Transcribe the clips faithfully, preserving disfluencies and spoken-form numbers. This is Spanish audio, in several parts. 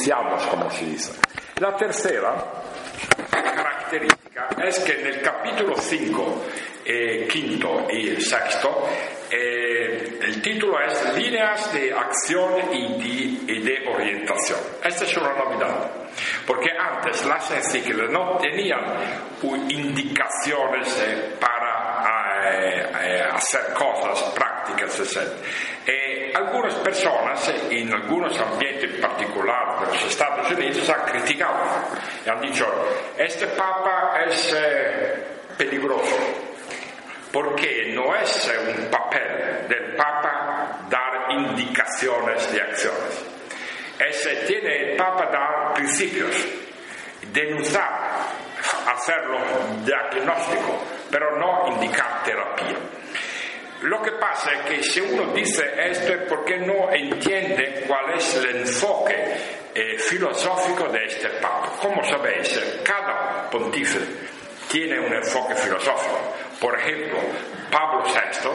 iniciados, como se dice. La tercera característica es que en el capítulo cinco, eh, quinto y sexto, eh, el título es Líneas de acción y de, y de orientación. Esta es una novedad, porque antes las encíclicas no tenían indicaciones eh, para eh, eh, hacer cosas prácticas, etcétera. Eh, algunas personas, en algunos ambientes en particular de los Estados Unidos, han criticado y han dicho: este Papa es eh, peligroso, porque no es un papel del Papa dar indicaciones de acciones. Es, tiene el Papa dar principios, denunciar, hacerlo diagnóstico, pero no indicar terapia. Lo que pasa es que si uno dice esto es porque no entiende cuál es el enfoque eh, filosófico de este Papa. Como sabéis, cada pontífice tiene un enfoque filosófico. Por ejemplo, Pablo sexto,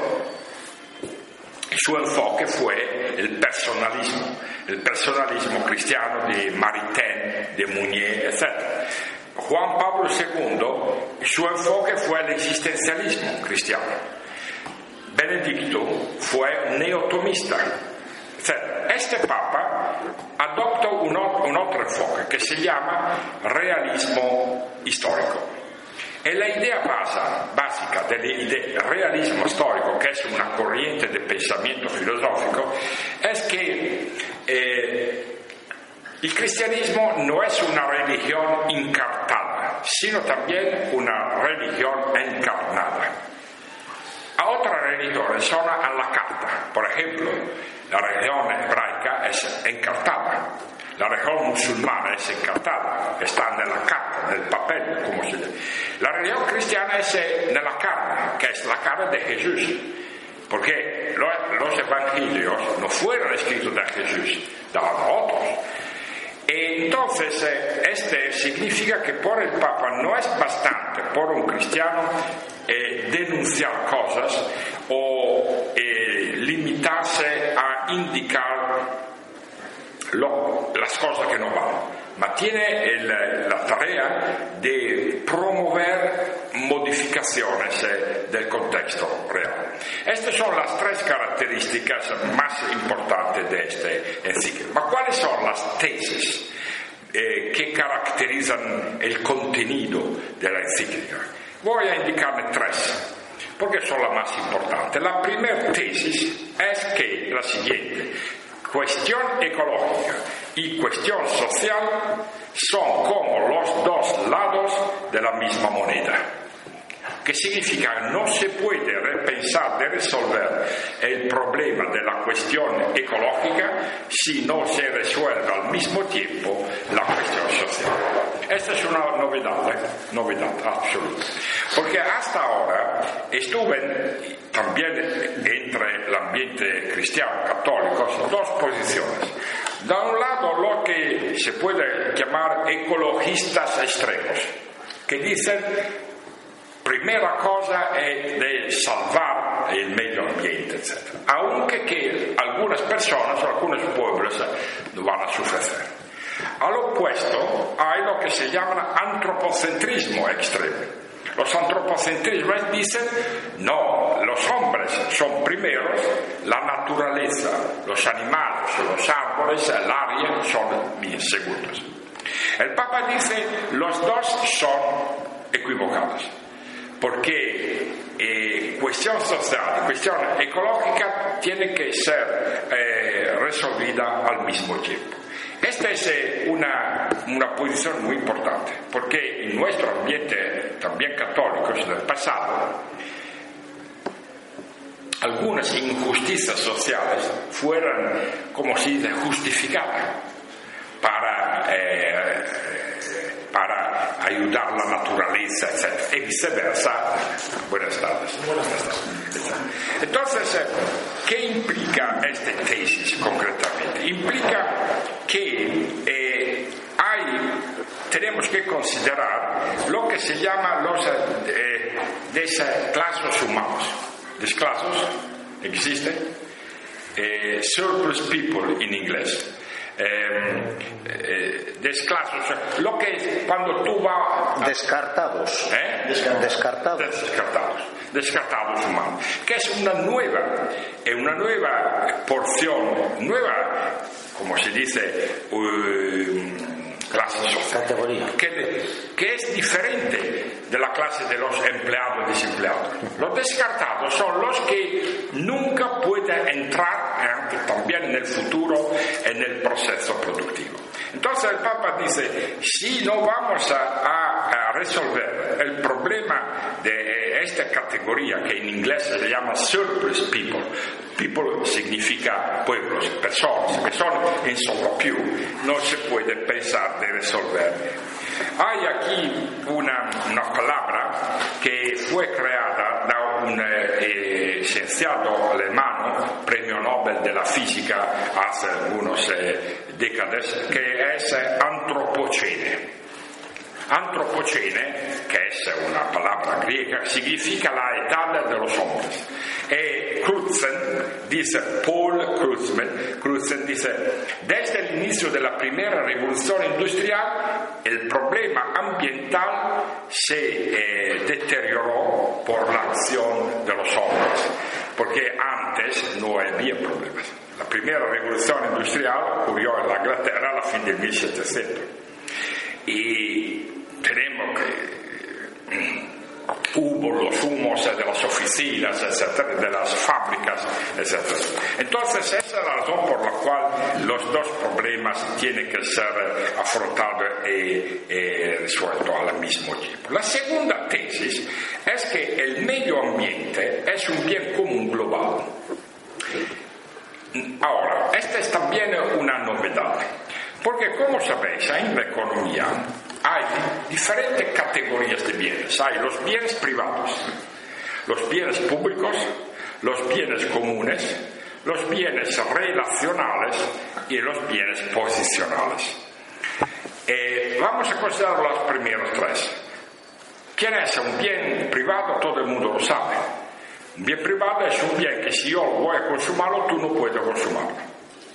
su enfoque fue el personalismo, el personalismo cristiano de Maritain, de Mounier, etcétera. Juan Pablo segundo, su enfoque fue el existencialismo cristiano. Benedicto fue neotomista, etcétera. Este Papa adoptó un, un otro enfoque que se llama realismo histórico. E la idea basa, básica del realismo histórico, que es una corriente de pensamiento filosófico, es que eh, el cristianismo no es una religión encartada, sino también una religión encarnada. A otras religiones son a la carta. Por ejemplo, la religión hebraica es encartada. La religión musulmana es encartada, está en la carta, nel papel, como se dice. La religión cristiana es en la carne, que es la carne de Jesús. Porque los evangelios no fueron escritos de Jesús, de otros. Entonces, este significa que por el Papa no es bastante por un cristiano eh, denunciar cosas o eh, limitarse a indicar lo, las cosas que no van, ma tiene el, la tarea de promover modificaciones eh, del contexto real. Estas son las tres características más importantes de este encíclica. Ma ¿cuáles son las tesis eh, que caracterizan el contenido de la encíclica? Voy a indicarle tres, porque son las más importantes. La primera tesis es que la siguiente: cuestión ecológica y cuestión social son como los dos lados de la misma moneda. Que significa que no se puede repensar de resolver el problema de la cuestión ecológica si no se resuelve al mismo tiempo la cuestión social. Esta es una novedad, ¿eh? novedad absoluta. Porque hasta ahora estuve también entre el ambiente cristiano católico dos posiciones. Da un lado lo que se puede llamar ecologistas extremos, que dicen: primera cosa es de salvar el medio ambiente, etcétera. Aunque que algunas personas, algunos pueblos lo van a sufrir. Al opuesto hay lo que se llama antropocentrismo extremo. Los antropocentrismos dicen: no, los hombres son primeros, la naturaleza, los animales, los árboles, el área son bien segundos. El Papa dice: los dos son equivocados, porque eh, cuestión social y cuestión ecológica tiene que ser eh, resolvida al mismo tiempo. Esta es eh, una, una posición muy importante, porque en nuestro ambiente también católico del pasado, algunas injusticias sociales fueron, como se dice, justificadas para eh, para ayudar a la naturaleza, etcétera, y viceversa. Buenas tardes. Buenas tardes. Entonces, ¿qué implica esta tesis concretamente? Implica que eh, hay, tenemos que considerar lo que se llama los eh, desclasos humanos. ¿Desclasos? ¿Existen? Eh, surplus people en inglés. Eh, eh, desclasos, lo que es cuando tú vas... A... Descartados. ¿Eh? Descartados. Descartados. Descartados humanos. Que es una nueva, es una nueva porción, nueva, como se dice... Uh, clase social, categoría, que, que es diferente de la clase de los empleados y desempleados. Los descartados son los que nunca pueden entrar, eh, también en el futuro, en el proceso productivo. Entonces el Papa dice, si no vamos a, a, a resolver el problema de esta categoría, que en inglés se llama surplus people, people significa pueblos, personas que son en sobreppiù, no se puede pensar de resolver. Hay aquí una, una palabra que fue creada da un eh, scienziato alemán, premio Nobel de la física hace algunas eh, décadas, que es eh, antropocene. Antropocene, que es una palabra griega, significa la edad de los hombres. E Crutzen dice, Paul Crutzen, Crutzen dice, desde el inicio de la primera revolución industrial, el problema ambiental se eh, deterioró por la acción de los hombres, porque antes no había problemas. La primera revolución industrial ocurrió en la Inglaterra a fin del mil setecientos. Y tenemos que hubo los humos de las oficinas, etcétera, de las fábricas, etcétera. Entonces esa es la razón por la cual los dos problemas tienen que ser afrontados y, y resueltos al mismo tiempo. La segunda tesis es que el medio ambiente es un bien común global. Ahora, esta es también una novedad, porque como sabéis, en la economía hay diferentes categorías de bienes. Hay los bienes privados, los bienes públicos, los bienes comunes, los bienes relacionales y los bienes posicionales. Eh, vamos a considerar los primeros tres. ¿Quién es un bien privado? Todo el mundo lo sabe. Un bien privado es un bien que si yo voy a consumarlo, tú no puedes consumarlo.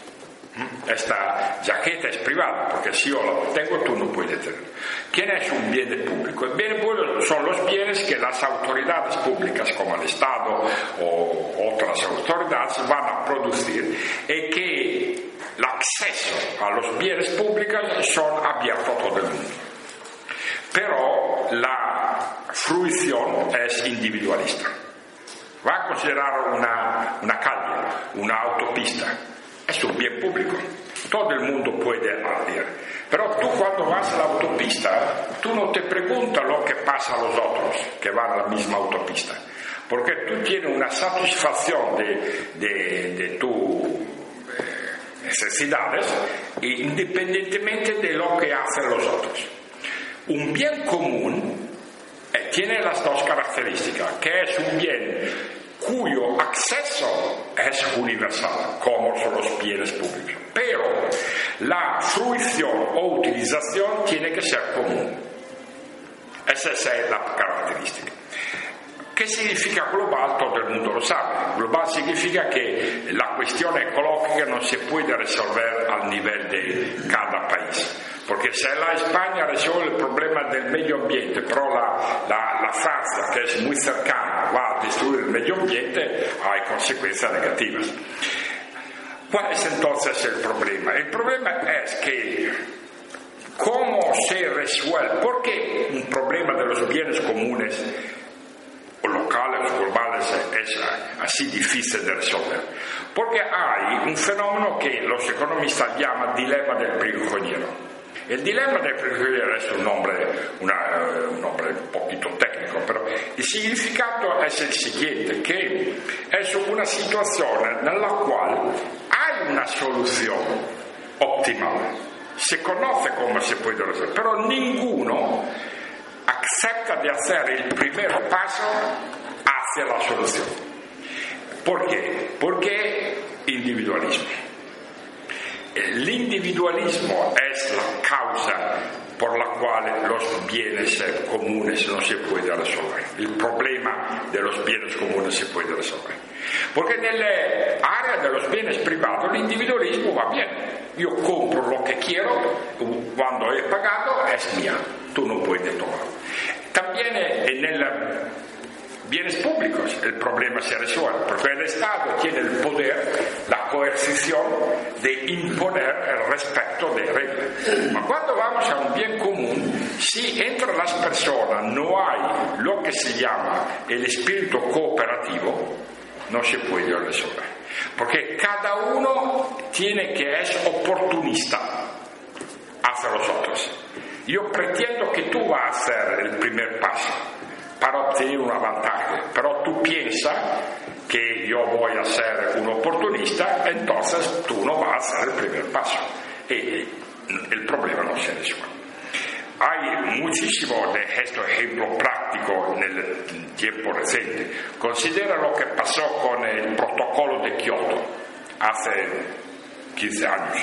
Esta jaqueta es privada, porque si yo la tengo, tú no puedes tener. ¿Quién es un bien público? El bien público son los bienes que las autoridades públicas, como el Estado o otras autoridades, van a producir y que el acceso a los bienes públicos son abiertos a todo el mundo. Pero la fruición es individualista. Va a considerar una, una calle, una autopista. Es un bien público, todo el mundo puede ir, pero tú cuando vas a la autopista, tú no te preguntas lo que pasa a los otros que van a la misma autopista, porque tú tienes una satisfacción de, de, de tus eh, necesidades independientemente de lo que hacen los otros. Un bien común eh, tiene las dos características, que es un bien cuyo acceso es universal, como son los bienes públicos. Pero la fruición o utilización tiene que ser común. Esa es la característica. ¿Qué significa global? Todo el mundo lo sabe. Global significa que la cuestión ecológica no se puede resolver al nivel de cada país. Porque si la España resuelve el problema del medio ambiente, pero la, la, la Francia, que es muy cercana, va a destruir el medio ambiente, hay consecuencias negativas. ¿Cuál es entonces el problema? El problema es que ¿cómo se resuelve? ¿Por qué un problema de los bienes comunes o locales o globales es así difícil de resolver? Porque hay un fenómeno que los economistas llaman dilema del prigioniero. El dilema del prigioniero es un nombre, una, un nombre un poquito técnico, pero el significado es el siguiente, que es una situación nella quale hay una solución optimal, se conoce cómo se puede resolver, pero ninguno acepta de hacer el primer paso hacia la solución. ¿Por qué? Porque individualismo. L'individualismo es la causa por la cual los bienes comunes no se pueden resolver. El problema de los bienes comunes se puede resolver. Porque nell'area de los bienes privados l'individualismo va bien. Io compro lo che quiero, cuando he pagado es mía, tú no puedes tomar. También en el bienes públicos el problema se resuelve, porque el Estado tiene el poder, la coercición de imponer el respeto de reglas. Ma cuando vamos a un bien común, si entre las personas no hay lo que se llama el espíritu cooperativo, no se puede resolver. Porque cada uno tiene que es oportunista hacia los otros. Yo pretendo que tú vas a hacer el primer paso para obtener una ventaja, pero tú piensas que yo voy a ser un oportunista, entonces tú no vas a hacer el primer paso y el problema no se resuelve. Hay muchísimo de este ejemplo práctico en el tiempo reciente. Considera lo que pasó con el protocolo de Kioto hace quince años.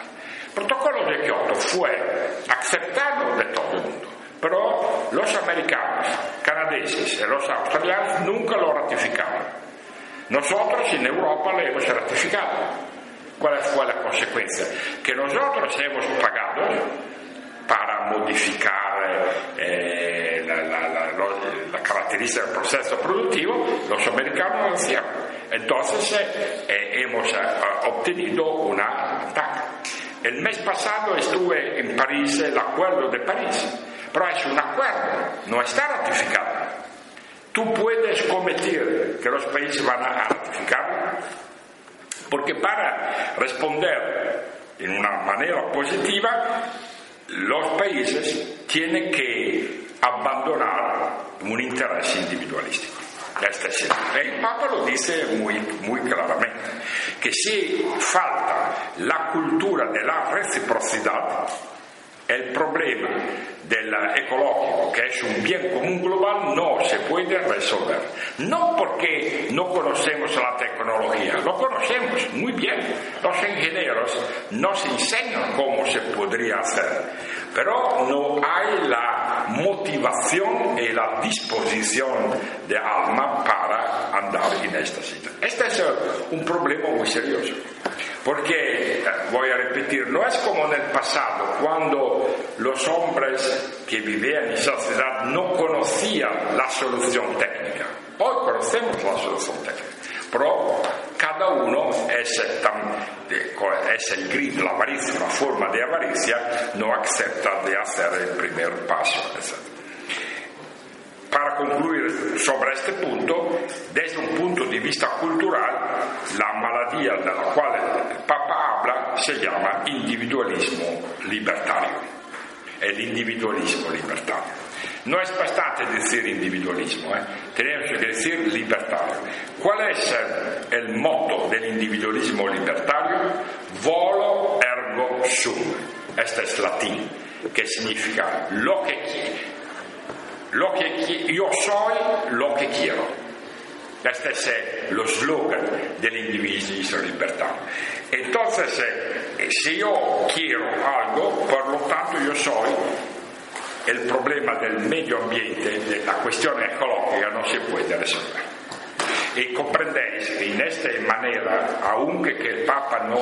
El protocolo de Kioto fue aceptado de todo el mundo, pero los americanos, canadienses y los australianos nunca lo ratificaron. Nosotros en Europa lo hemos ratificado. ¿Cuál fue la consecuencia? Que nosotros hemos pagado para modificar eh, la, la, la, la característica del proceso productivo, los americanos lo hacían. Entonces eh, hemos eh, obtenido una ventaja. El mes pasado estuve en París, el Acuerdo de París, pero es un acuerdo, no está ratificado. Tú puedes cometer que los países van a ratificarlo, porque para responder en una manera positiva, los países tienen que abandonar un interés individualístico. Este es el, el Papa lo dice muy, muy claramente, que si falta la cultura de la reciprocidad, el problema del ecológico, que es un bien común global, no se puede resolver. No porque no conocemos la tecnología, lo conocemos muy bien. Los ingenieros nos enseñan cómo se podría hacer, pero no hay la motivación y la disposición de alma para andar en esta situación. Este es un problema muy serioso. Porque, voy a repetir, no es como en el pasado, cuando los hombres que vivían en sociedad no conocían la solución técnica. Hoy conocemos la solución técnica, pero cada uno es, tan, es el grid, la avaricia, la forma de avaricia, no acepta de hacer el primer paso, etcétera. Para concluir sobre este punto, desde un punto de vista cultural, la malattia della quale il Papa habla se llama individualismo libertario. Es el individualismo libertario. No es bastante decir individualismo, ¿eh? Tenemos que decir libertario. ¿Cuál es el motto del individualismo libertario? Volo ergo sum. Este es latín, que significa lo que quiere. Lo que yo soy lo que quiero. Este es lo slogan del individualismo libertario. Entonces, si yo quiero algo, por lo tanto yo soy, el problema del medio ambiente, de la cuestión ecológica, no se puede resolver. Y comprendéis que en esta manera, aunque que el Papa no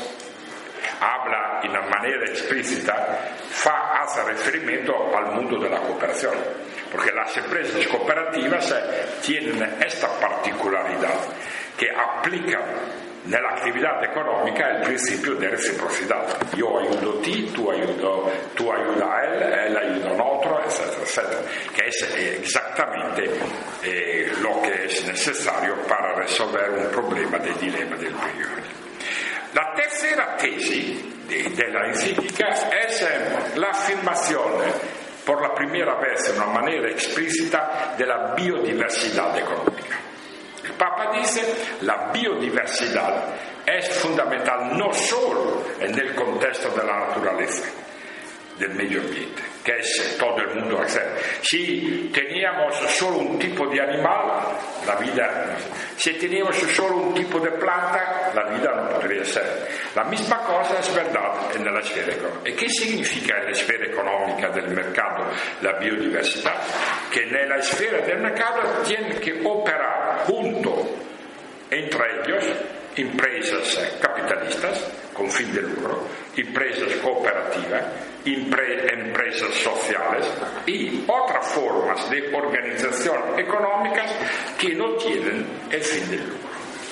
habla in maniera explícita, fa, hace riferimento al mundo de la cooperación, porque las empresas cooperativas tienen esta particolaridad, que aplican nella actividad económica el principio de reciprocidad. Yo ayudo a ti, tú ayudo, tú ayudas a él, él ayuda a un otro, etcétera, etcétera, que es exactamente eh, lo que es necesario para resolver un problema del dilema del periodo. La tercera tesi della enciclica è l'affermazione, por la primera vez en una manera explícita, della biodiversidad económica. El Papa dice, la biodiversidad es fundamental no solo en el contexto de la naturaleza, del medio ambiente, que es todo el mundo. Si teníamos solo un tipo de animal, la vida, si teníamos solo un tipo de planta, la vida no podría ser. La misma cosa es verdad en la esfera económica. ¿Y qué significa en la esfera económica del mercado la biodiversidad? Que en la esfera del mercado tienen que operar junto entre ellos empresas capitalistas con fin de lucro, empresas cooperativas, empre- empresas sociales y otras formas de organización económica que no tienen el fin de lucro.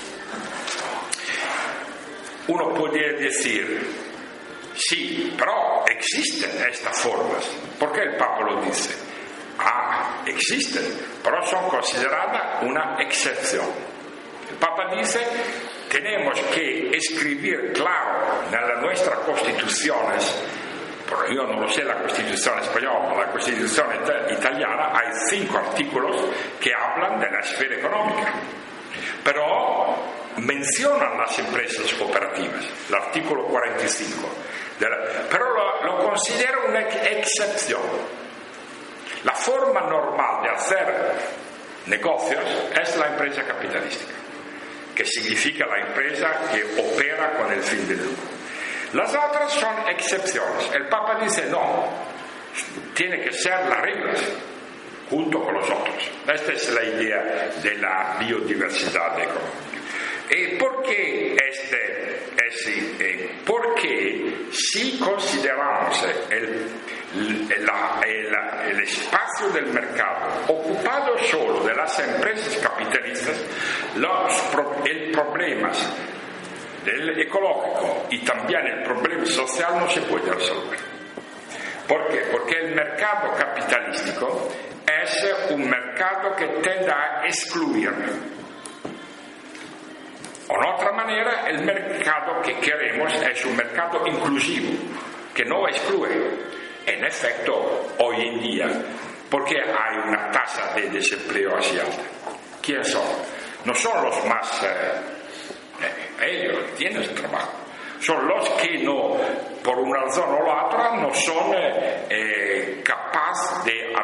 Uno podría decir, sí, pero existen estas formas. ¿Por qué el Papa lo dice? Ah, existen, pero son consideradas una excepción. El Papa dice, tenemos que escribir claro en nuestras constituciones, pero yo no lo sé la Constitución española, pero la Constitución italiana hay cinco artículos que hablan de la esfera económica, pero mencionan las empresas cooperativas, el artículo cuarenta y cinco, de la, pero lo, lo considero una excepción. La forma normal de hacer negocios es la empresa capitalística, que significa la empresa que opera con el fin de lucro. Las otras son excepciones. El Papa dice no, tiene que ser las reglas junto con los otros. Esta es la idea de la biodiversidad económica. ¿Y por qué este es eh, porque si consideramos el, el, la, el, el espacio del mercado ocupado solo de las empresas capitalistas, los el problemas del ecológico y también el problema social no se puede resolver. ¿Por qué? Porque el mercado capitalístico es un mercado que tiende a excluir. O de otra manera, el mercado que queremos es un mercado inclusivo, que no excluye. En efecto, hoy en día, ¿por qué hay una tasa de desempleo así alta? ¿Quiénes son? No son los más... Eh, eh, ellos tienen trabajo. Son los que no, por una razón o la otra, no son eh, eh, capaces de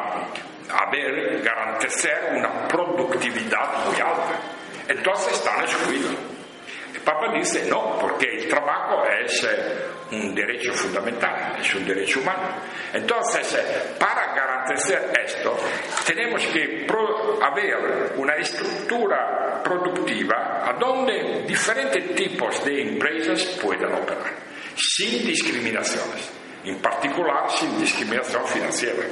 haber, garantizar una productividad muy alta. Entonces están excluidos. El Papa dice no, porque el trabajo es eh, un derecho fundamental, es un derecho humano. Entonces, eh, para garantizar esto, tenemos que pro- haber una estructura productiva a donde diferentes tipos de empresas puedan operar, sin discriminaciones, en particular sin discriminación financiera.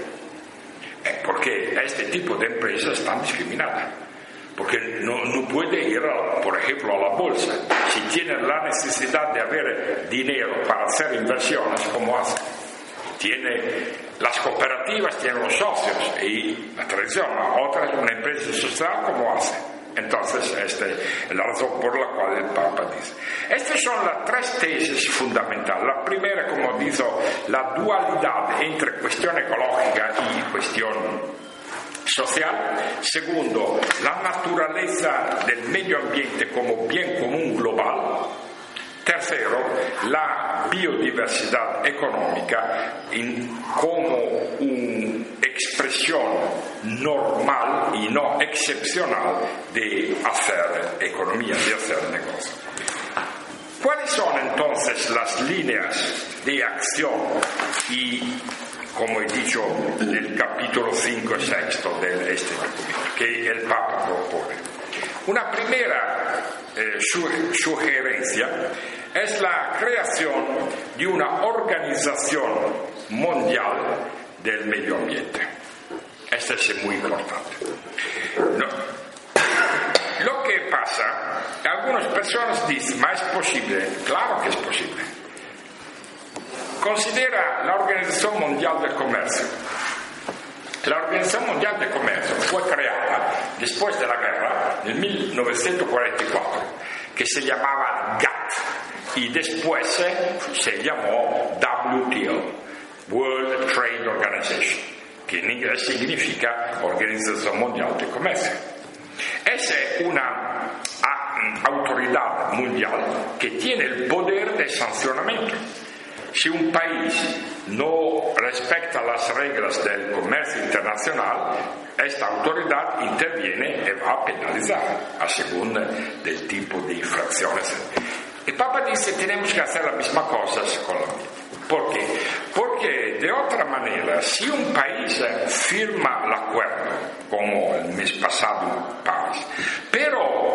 Eh, porque este tipo de empresas están discriminadas. Porque no, no puede ir, a, por ejemplo, a la bolsa. Si tienen la necesidad de haber dinero para hacer inversiones, ¿cómo hacen? Tiene, las cooperativas tienen los socios y la tradición, otras, una empresa social, ¿cómo hace? Entonces, esta es la razón por la cual el Papa dice. Estas son las tres tesis fundamentales. La primera, como dijo, la dualidad entre cuestión ecológica y cuestión social. Segundo, la naturaleza del medio ambiente como bien común global. Tercero, la biodiversidad económica in, como una expresión normal y no excepcional de hacer economía, de hacer negocio. ¿Cuáles son entonces las líneas de acción y, como he dicho, del capítulo cinco y sexto de este documento que el Papa propone? Una primera eh, su- sugerencia es la creación de una organización mundial del medio ambiente. Esto es muy importante. No. Lo que pasa, algunas personas dicen, ¿ma es posible? Claro que es posible. Considera la Organización Mundial del Comercio. La Organización Mundial del Comercio fue creada después de la guerra, en mil novecientos cuarenta y cuatro, que se llamaba G A T y después se llamó W T O, World Trade Organization, que en inglés significa Organización Mundial del Comercio. Es una autoridad mundial que tiene el poder de sancionamiento. Si un país no respeta las reglas del comercio internacional, esta autoridad interviene y va a penalizar a según del tipo de infracciones. El Papa dice que tenemos que hacer las mismas cosas con la vida. ¿Por qué? Porque de otra manera, si un país firma el acuerdo, como el mes pasado un país, pero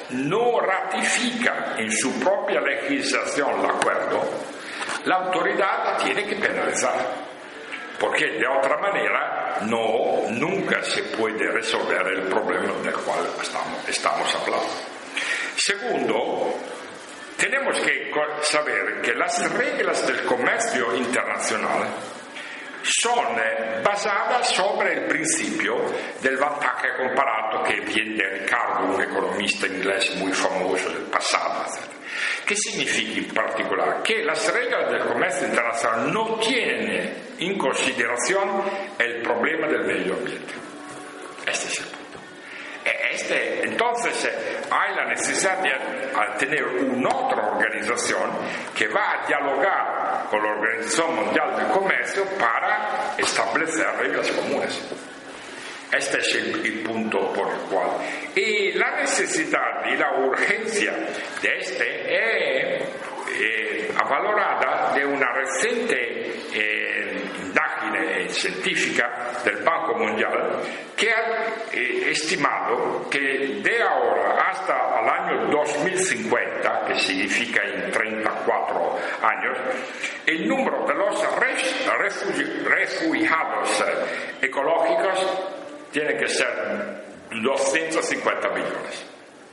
no ratifica en su propia legislación el acuerdo, la autoridad tiene que penalizar. Porque de otra manera no, nunca se puede resolver el problema del cual estamos, estamos hablando. Segundo, tenemos que saber que las reglas del comercio internacional son basadas sobre el principio del vantaggio comparato che viene da Ricardo, un economista inglés muy famoso del pasado. ¿Qué significa en particular? Que las reglas del comercio internacional no tienen en consideración el problema del medio ambiente. Este es el punto. Este, entonces hay la necesidad de tener una otra organización que va a dialogar con la Organización Mundial del Comercio para establecer reglas comunes. Este es el, el punto por el cual. Y la necesidad y la urgencia de este es eh, valorada de una reciente eh, indagine científica del Banco Mundial que ha eh, estimado que de ahora hasta el año dos mil cincuenta, que significa en treinta y cuatro años, el número de los refugi- refugiados ecológicos tiene que ser doscientos cincuenta millones.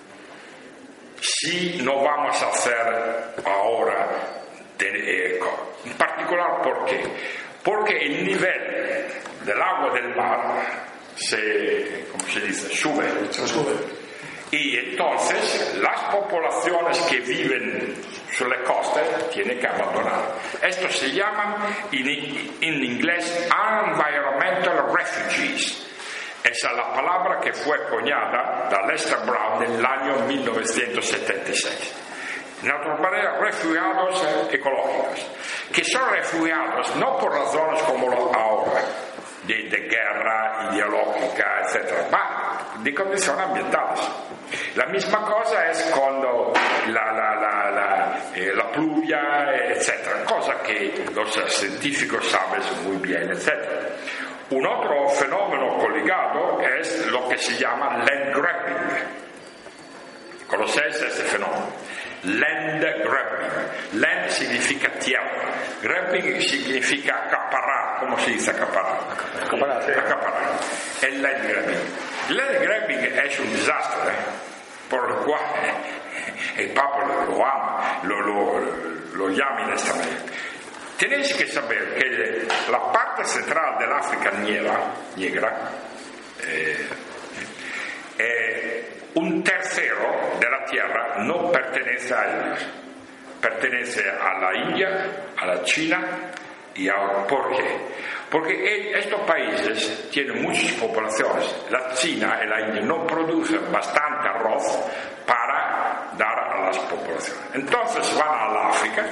Si no vamos a hacer ahora, de, eh, en particular, ¿por qué? Porque el nivel del agua del mar se, ¿cómo se dice? Sube. Se sube. Y entonces las poblaciones que viven sulle coste tienen que abandonar. Esto se llama en, en inglés environmental refugees. Esa es la palabra que fue acuñada da Lester Brown en el año mil novecientos setenta y seis. En otras palabras, refugiados ecológicos, que son refugiados no por razones como ahora, de, de guerra ideológica, etcétera, ma de condiciones ambientales. La misma cosa es cuando la, la, la, la, eh, la pluvia, etcétera, cosa que los científicos saben muy bien, etcétera. Un otro fenómeno colligado es lo que se llama land grabbing. ¿Conocéis este fenómeno? Land grabbing. Land significa tierra. Grabbing significa acaparar. ¿Cómo se dice acaparar? Acaparar. Sí. Acaparar. El land grabbing. El land grabbing es un desastre, ¿eh? Por lo cual el Papa lo ama, lo, lo, lo llama de esta manera. Tenéis que saber que la parte central del África negra, negra eh, eh, un tercero de la tierra no pertenece a ellos, pertenece a la India, a la China y a... ¿Por qué? Porque estos países tienen muchas poblaciones. La China y la India no producen bastante arroz para dar a las poblaciones. Entonces van a la África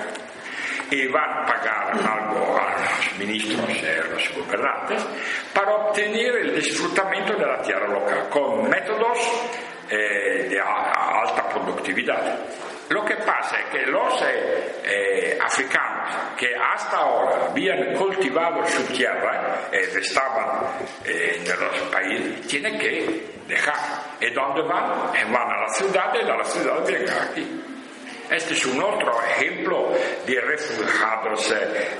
y van a pagar algo a los ministros y a los gobernantes para obtener el disfrutamiento de la tierra local con métodos eh, de a, alta productividad. Lo que pasa es que los eh, eh, africanos que hasta ahora habían cultivado su tierra, eh, estaban eh, en los países, tienen que dejar. ¿Y dónde van? Eh, van a la ciudad y de la ciudad vienen aquí. Este es un otro ejemplo de refugiados eh,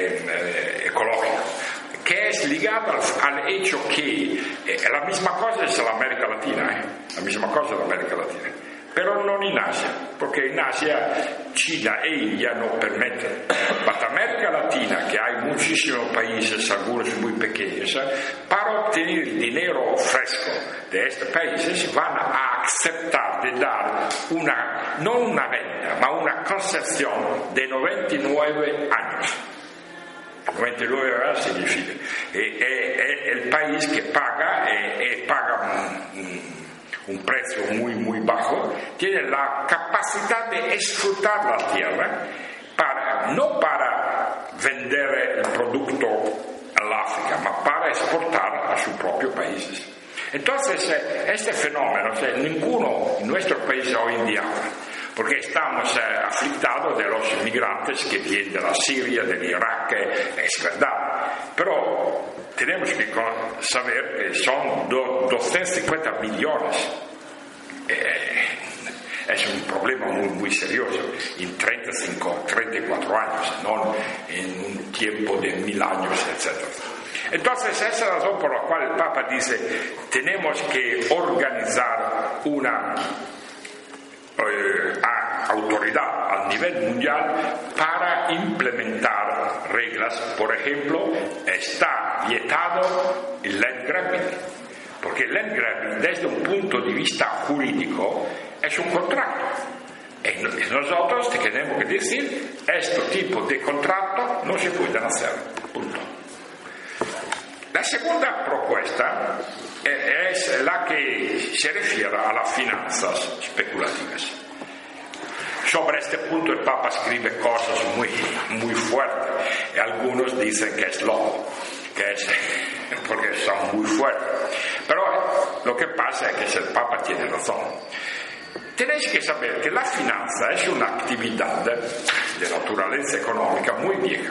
eh, ecológicos, que es ligado al, al hecho que eh, la misma cosa es la América Latina, eh, la misma cosa es la América Latina, pero no en Asia, porque en Asia China e India no permiten. Pero en América Latina, que hay muchísimos países, algunos muy pequeños, eh, para obtener dinero fresco de estos países van a aceptar de dar una, no una venta, ma una concesión de noventa y nueve años. noventa y nueve años significa es el país que paga y paga un, un precio muy muy bajo, tiene la capacidad de disfrutar la tierra para, no para vender el producto al África, ma para exportar a sus propios países. Entonces, este fenómeno, ninguno en nuestro país hoy en día, porque estamos eh, aflictados de los inmigrantes que vienen de la Siria, del Irak, es verdad, pero tenemos que saber que son doscientos cincuenta millones eh, Es un problema muy, muy serioso en treinta y cinco, treinta y cuatro años, no en un tiempo de mil años, etcétera. Entonces, esa es la razón por la cual el Papa dice, tenemos que organizar una eh, autoridad a nivel mundial para implementar reglas. Por ejemplo, está vietado el land grabbing, porque el land grabbing desde un punto de vista jurídico es un contrato. Y nosotros tenemos que decir, este tipo de contrato no se pueden hacer, punto. La segunda propuesta es la que se refiere a las finanzas especulativas. Sobre este punto el Papa escribe cosas muy, muy fuertes, y algunos dicen que es loco, que es porque son muy fuertes. Pero lo que pasa es que el Papa tiene razón. Tenéis que saber que la finanza es una actividad de naturaleza económica muy vieja.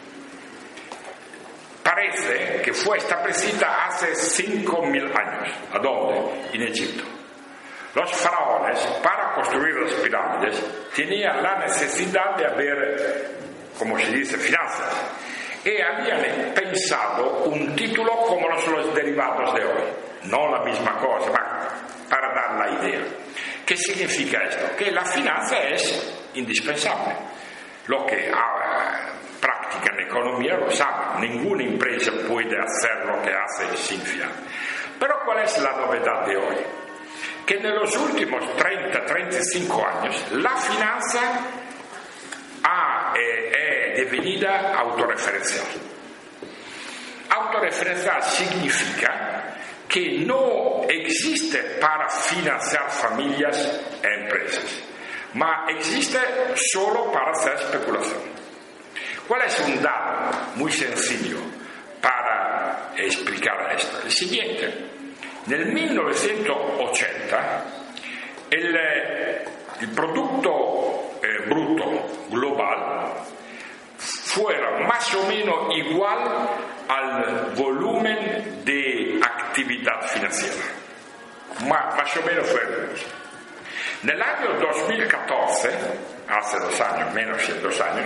Parece que fue establecida hace cinco mil años. ¿A dónde? En Egipto. Los faraones, para construir las pirámides, tenían la necesidad de haber, como se dice, finanzas. Y habían pensado un título como los derivados de hoy. No la misma cosa, ma para dar la idea. ¿Qué significa esto? Que la finanza es indispensable. Lo que ah, practica en economía lo sabe. Ninguna empresa puede hacer lo que hace sin finanza. Pero ¿cuál es la novedad de hoy? Que en los últimos treinta a treinta y cinco años la finanza ha, eh, è divenida autorreferencial. Autorreferencial significa que no existe para financiar familias e empresas, ma existe solo para hacer especulación. ¿Cuál es un dato muy sencillo para explicar esto? El siguiente. Nel millenovecentottanta il, il prodotto eh, bruto global fuera más o menos igual al volumen de actividad financiera, Ma, más o menos fue el mismo. Nel año dos mil catorce, hace dos años, menos de dos años,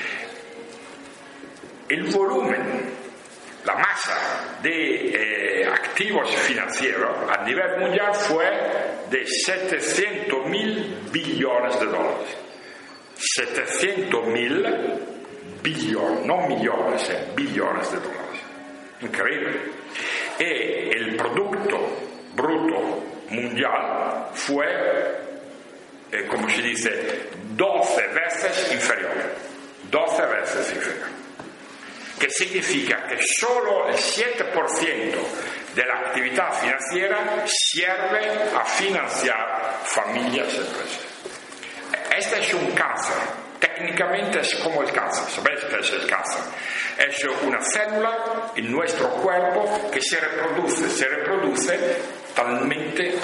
el volumen, la masa de eh, activos financieros a nivel mundial fue de setecientos mil billones de dólares. setecientos mil billones, no millones, eh, billones de dólares. Increíble. Y el producto bruto mundial fue, eh, como se dice, doce veces inferior. doce veces inferior. Que significa que solo el siete por ciento de la actividad financiera sirve a financiar familias y empresas. Este es un cáncer. Técnicamente es como el cáncer. ¿Sabéis qué es el cáncer? Es una célula en nuestro cuerpo que se reproduce, se reproduce talmente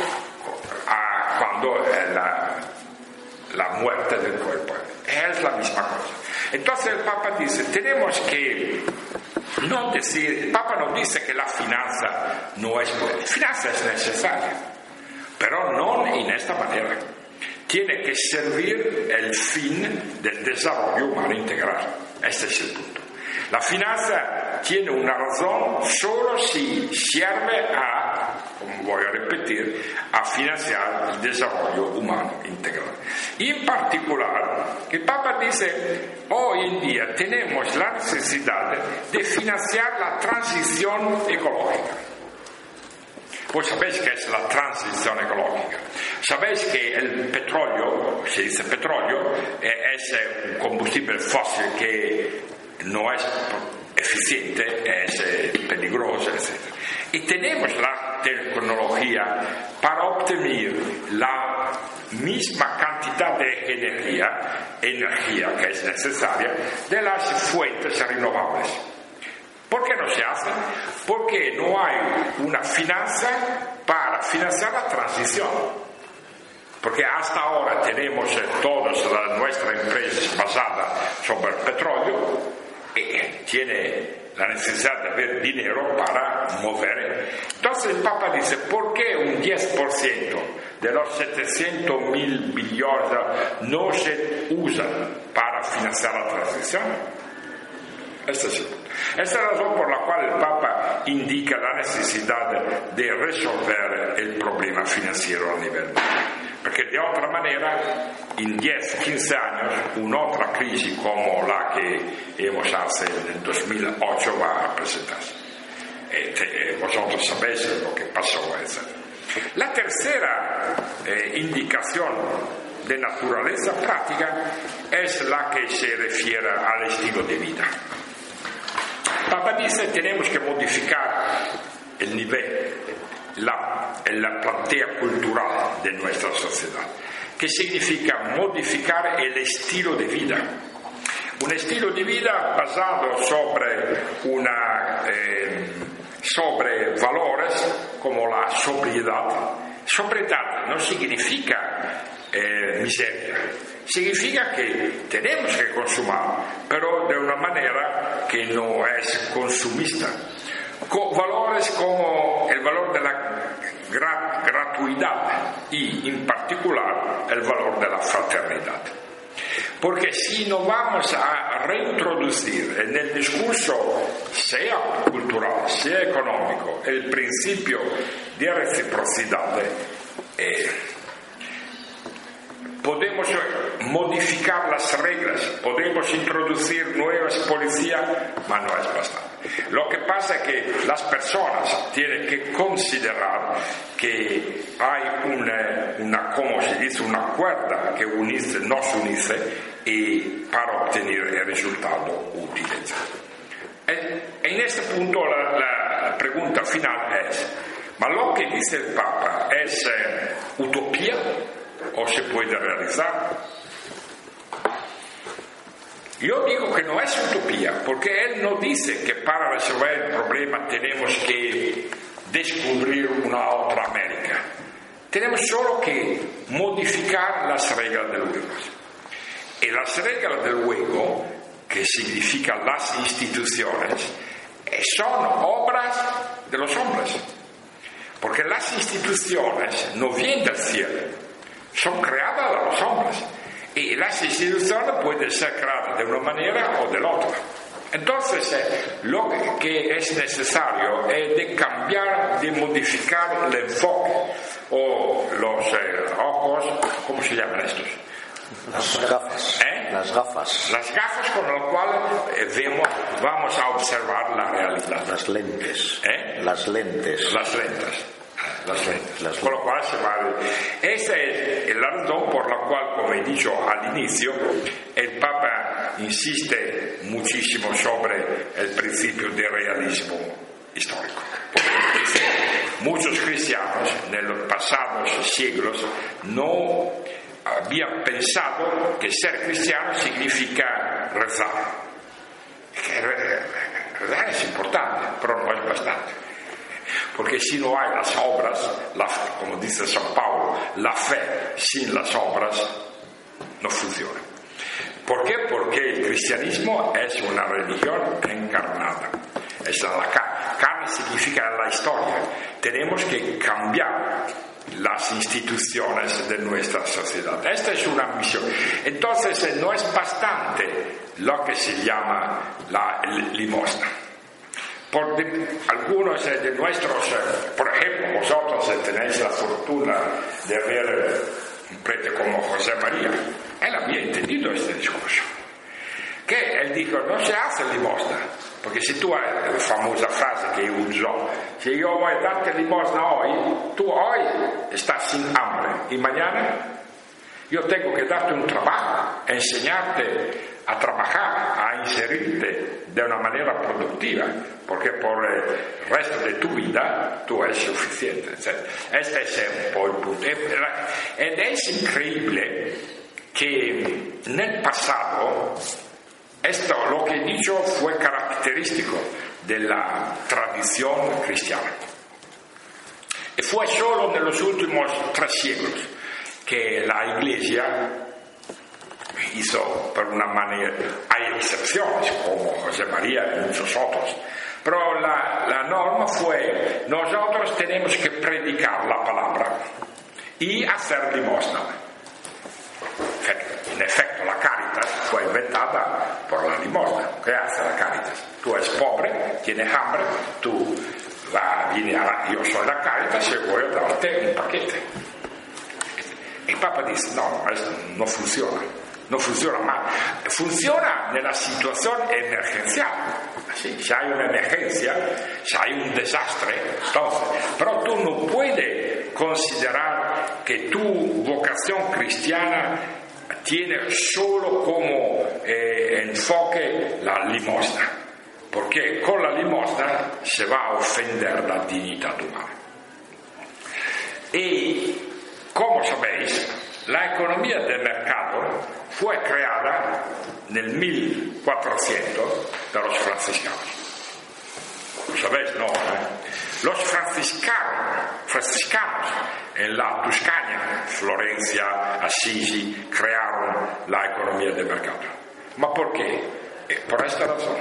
a cuando la, la muerte del cuerpo. Es la misma cosa. Entonces el Papa dice, tenemos que no decir, el Papa no dice que la finanza no es buena, la finanza es necesaria, pero no en esta manera. Tiene que servir el fin del desarrollo humano integral. Este es el punto. La finanza tiene una razón solo si sirve a, como voy a repetir, a financiar el desarrollo humano integral. Y en particular, el Papa dice, hoy en día tenemos la necesidad de financiar la transición ecológica. Vos sabéis qué es la transición ecológica. Sabéis que el petróleo, se dice petróleo, es un combustible fósil que no es eficiente, es peligroso, etcétera. Y tenemos la tecnología para obtener la misma cantidad de energía, energía que es necesaria, de las fuentes renovables. ¿Por qué no se hace? Porque no hay una finanza para financiar la transición. Porque hasta ahora tenemos todas las nuestras empresas basadas sobre el petróleo e tiene la necesidad de haber dinero para mover. Entonces el Papa dice, ¿por qué un diez por ciento de los setecientos mil billones no se usan para financiar la transición? Esta es, esta es la razón por la cual el Papa indica la necesidad de resolver el problema financiero a nivel mundial. Perché di otra manera, in diez quince años, un'altra crisi come la che hemos hace nel duemilaocho va a presentarse. E te, vosotros sabéis lo que pasó, etcétera. La tercera eh, indicación de naturaleza práctica es la que se refiere al estilo de vida. Papa dice que tenemos que modificar el nivel, la, la platea cultural de nuestra sociedad, que significa modificar el estilo de vida. Un estilo de vida basado sobre, una, eh, sobre valores como la sobriedad. Sobriedad no significa eh, miseria, significa que tenemos que consumir, pero de una manera que no es consumista. Con valores como el valor de la gra- gratuidad y, en particular, el valor de la fraternidad. Porque si no vamos a reintroducir en el discurso, sea cultural, sea económico, el principio de reciprocidad, eh, podemos modificar las reglas, podemos introducir nuevas policías, pero no es bastante. Lo que pasa es que las personas tienen que considerar que hay una, una como se dice, una cuerda que unice, nos unice y para obtener el resultado útil. En este punto la, la pregunta final es, ¿ma lo que dice el Papa es eh, utopía o se puede realizar? Yo digo que no es utopía, porque él no dice que para resolver el problema tenemos que descubrir una otra América. Tenemos solo que modificar las reglas del juego. Y las reglas del juego, que significan las instituciones, son obras de los hombres. Porque las instituciones no vienen del cielo, son creadas de los hombres. Y las instituciones pueden ser creadas de una manera o de la otra. Entonces, eh, lo que es necesario es de cambiar, de modificar el enfoque o los eh, ojos, ¿cómo se llaman estos? Las gafas. ¿Eh? Las gafas. Las gafas con las cuales eh, vemos, vamos a observar la realidad. Las lentes. ¿Eh? Las lentes. Las lentes. Las lentes. Las Con lo cual se va a... Ese es la razón por la cual, como he dicho al inicio, el Papa insiste muchísimo sobre el principio de realismo histórico. Porque dice, muchos cristianos en los pasados siglos no habían pensado que ser cristiano significa rezar. Que rezar es importante, pero no es bastante. Porque si no hay las obras, la, como dice San Pablo, la fe sin las obras no funciona. ¿Por qué? Porque el cristianismo es una religión encarnada. Es la carne. Carne significa la historia. Tenemos que cambiar las instituciones de nuestra sociedad. Esta es una misión. Entonces no es bastante lo que se llama la limosna. Por de, algunos de nuestros, por ejemplo, vosotros tenéis la fortuna de ver un prete como José María. Él había entendido este discurso. Que él dijo, no se hace limosna. Porque si tú, la famosa frase que usó, si yo voy a darte limosna hoy, tú hoy estás sin hambre y mañana yo tengo que darte un trabajo, enseñarte a trabajar, a inserirte de una manera productiva, porque por el resto de tu vida tú eres suficiente, etcétera. Este es un po' il punto. Ed es increíble que en el pasado esto, lo que he dicho, fue característico de la tradición cristiana. Y fue solo en los últimos tres siglos que la Iglesia hizo por una manera. Hay excepciones, como José María y muchos otros. Pero la, la norma fue, nosotros tenemos que predicar la palabra y hacer limosna. En efecto, la Caritas fue inventada por la limosna. ¿Qué hace la Caritas? Tú eres pobre, tienes hambre, tú va, vieni a la, yo soy la Caritas y voy a darte un paquete. El Papa dice, no, esto no funciona, no funciona mal. Funciona nella situazione emergenciale. Sí, si hay una emergencia, si hay un desastre, entonces, pero tú no puedes considerar que tu vocación cristiana tiene solo como eh, enfoque la limosna, porque con la limosna se va a ofender la dignidad humana. Y, como sabéis, la economía del mercado fue creada nel mil cuatrocientos de los franciscanos. ¿Lo sabéis? No, ¿eh? Los franciscanos, franciscanos en la Toscana, Florencia, Assisi, crearon la economía del mercado. ¿Ma por qué? Eh, por esta razón.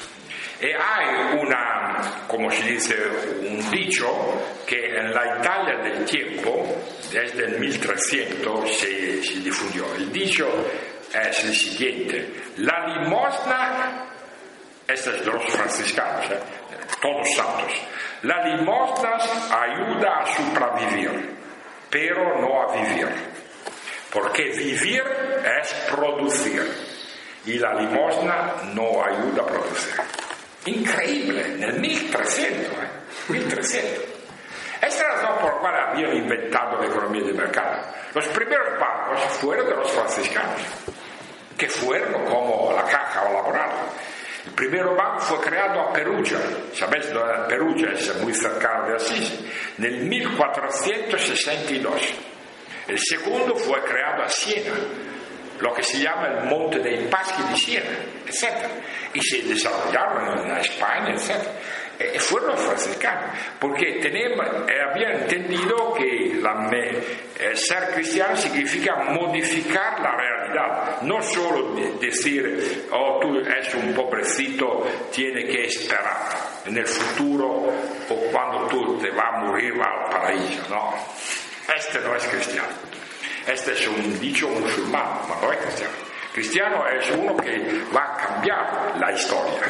E hay una, como si dice, un dicho que en la Italia del tiempo, desde el mil trescientos, se, se difundió. El dicho es el siguiente: la limosna, este es de los franciscanos, ¿eh? Todos santos, la limosna ayuda a sobrevivir, pero no a vivir, porque vivir es producir y la limosna no ayuda a producir. Increíble, nel mil trecento, eh? mil trecento. Esta es la razón por la cual habían inventado la economía de mercado. Los primeros bancos fueron de los franciscanos, que fueron como la Caja Laboral. El primer banco fue creado a Perugia, ¿sabéis? Perugia es muy cercano de Assisi, nel mil cuatrocientos sesenta y dos. El segundo fue creado a Siena, lo que se llama el Monte dei Paschi di Siena, etcétera. Y se desarrollaron en España, etcétera. Eh, fueron los franciscanos, porque tenemos, eh, habían entendido que la, me, eh, ser cristiano significa modificar la realidad, no solo de, decir, oh, tú eres un pobrecito, tienes que esperar en el futuro o cuando tú te vas a morir va al paraíso. No, este no es cristiano. Este es un dicho musulmán, pero no es cristiano. Cristiano es uno que va a cambiar la historia.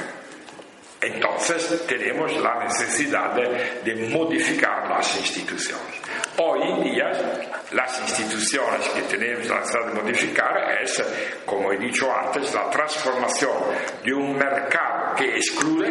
Entonces tenemos la necesidad de, de modificar las instituciones. Hoy en día las instituciones que tenemos la necesidad de modificar es, como he dicho antes, la transformación de un mercado que excluye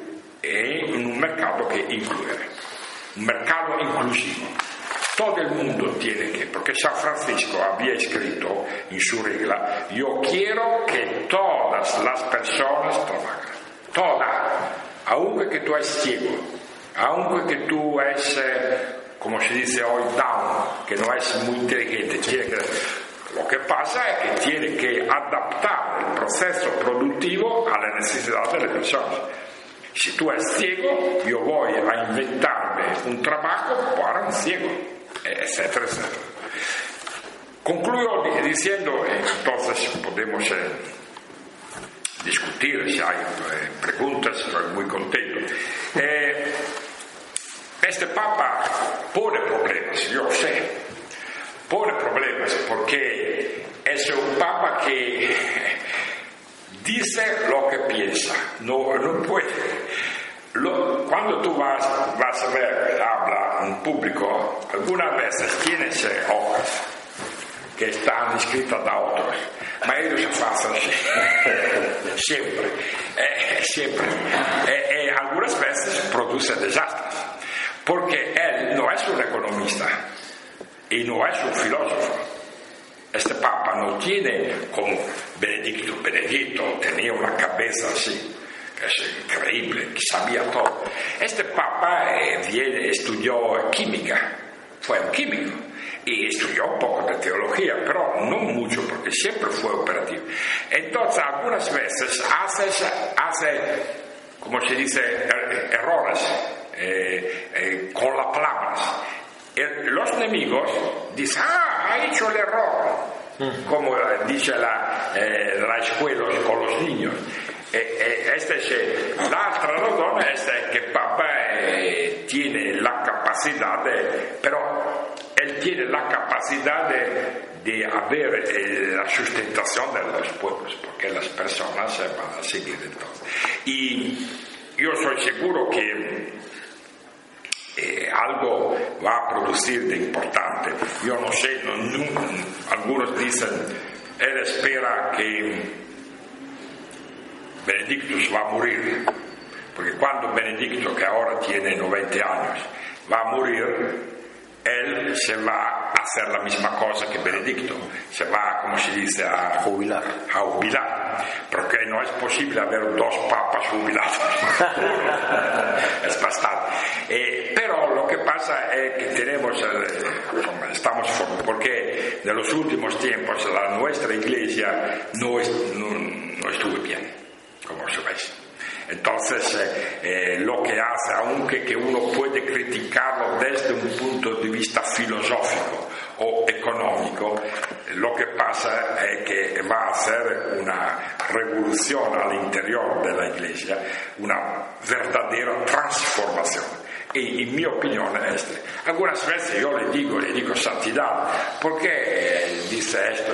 en un mercado que incluye. Un mercado inclusivo. Todo el mundo tiene que, porque San Francisco había escrito en su regla, yo quiero que todas las personas trabajen. Toda, aunque que tú eres ciego, aunque que tú eres, eh, como se dice hoy, down, que no es muy inteligente, tiene que, lo que pasa es que tiene que adaptar el proceso productivo a la necesidad de las personas. Si tú eres ciego, yo voy a inventarme un trabajo para un ciego, etcétera, etcétera. Concluyo diciendo, entonces podemos Eh, discutir, si hay eh, preguntas, estoy muy contento. Eh, este Papa pone problemas, yo sé, pone problemas porque es un Papa que dice lo que piensa, no, no puede. Lo, cuando tú vas, vas a ver, habla en público, algunas veces tienes eh, hojas que están escritas da otros, ma ellos se hacen siempre, eh, siempre, e eh, eh, algunas veces produce desastres, porque él no es un economista y no es un filósofo. Este Papa no tiene como Benedicto. Benedicto tenía una cabeza así, es increíble, que sabía todo. Este Papa eh, viene, estudió química, fue un químico. Y estudió un poco de teología, pero no mucho, porque siempre fue operativo. Entonces, algunas veces hace, hace como se dice, er, errores eh, eh, con las palabras. El, los enemigos dicen, ah, ha hecho el error. como dice la, eh, la escuela con los niños. E, e, esta es, l'altra razón es que papá eh, tiene la capacidad de, pero él tiene la capacidad de, de haber eh, la sustentación de los pueblos, porque las personas se van a seguir entonces. Y yo soy seguro que eh, algo va a producir de importante. Yo no sé, no, no, algunos dicen, él espera que Benedictus va a morir, porque cuando Benedicto, que ahora tiene noventa años, va a morir, él se va a hacer la misma cosa que Benedicto, se va, como se dice, a jubilar. A jubilar, porque no es posible haber dos papas jubilados. Es bastante. Eh, pero lo que pasa es que tenemos, eh, estamos, porque en los últimos tiempos la nuestra iglesia no, es, no, no estuvo bien, como sabéis. Entonces eh, eh, lo que hace, aunque que uno puede criticarlo desde un punto de vista filosófico o económico, lo que pasa es que va a hacer una revolución al interior de la iglesia, una verdadera transformación. Y en mi opinión es este. Algunas veces yo le digo, le digo santidad, porque él dice esto,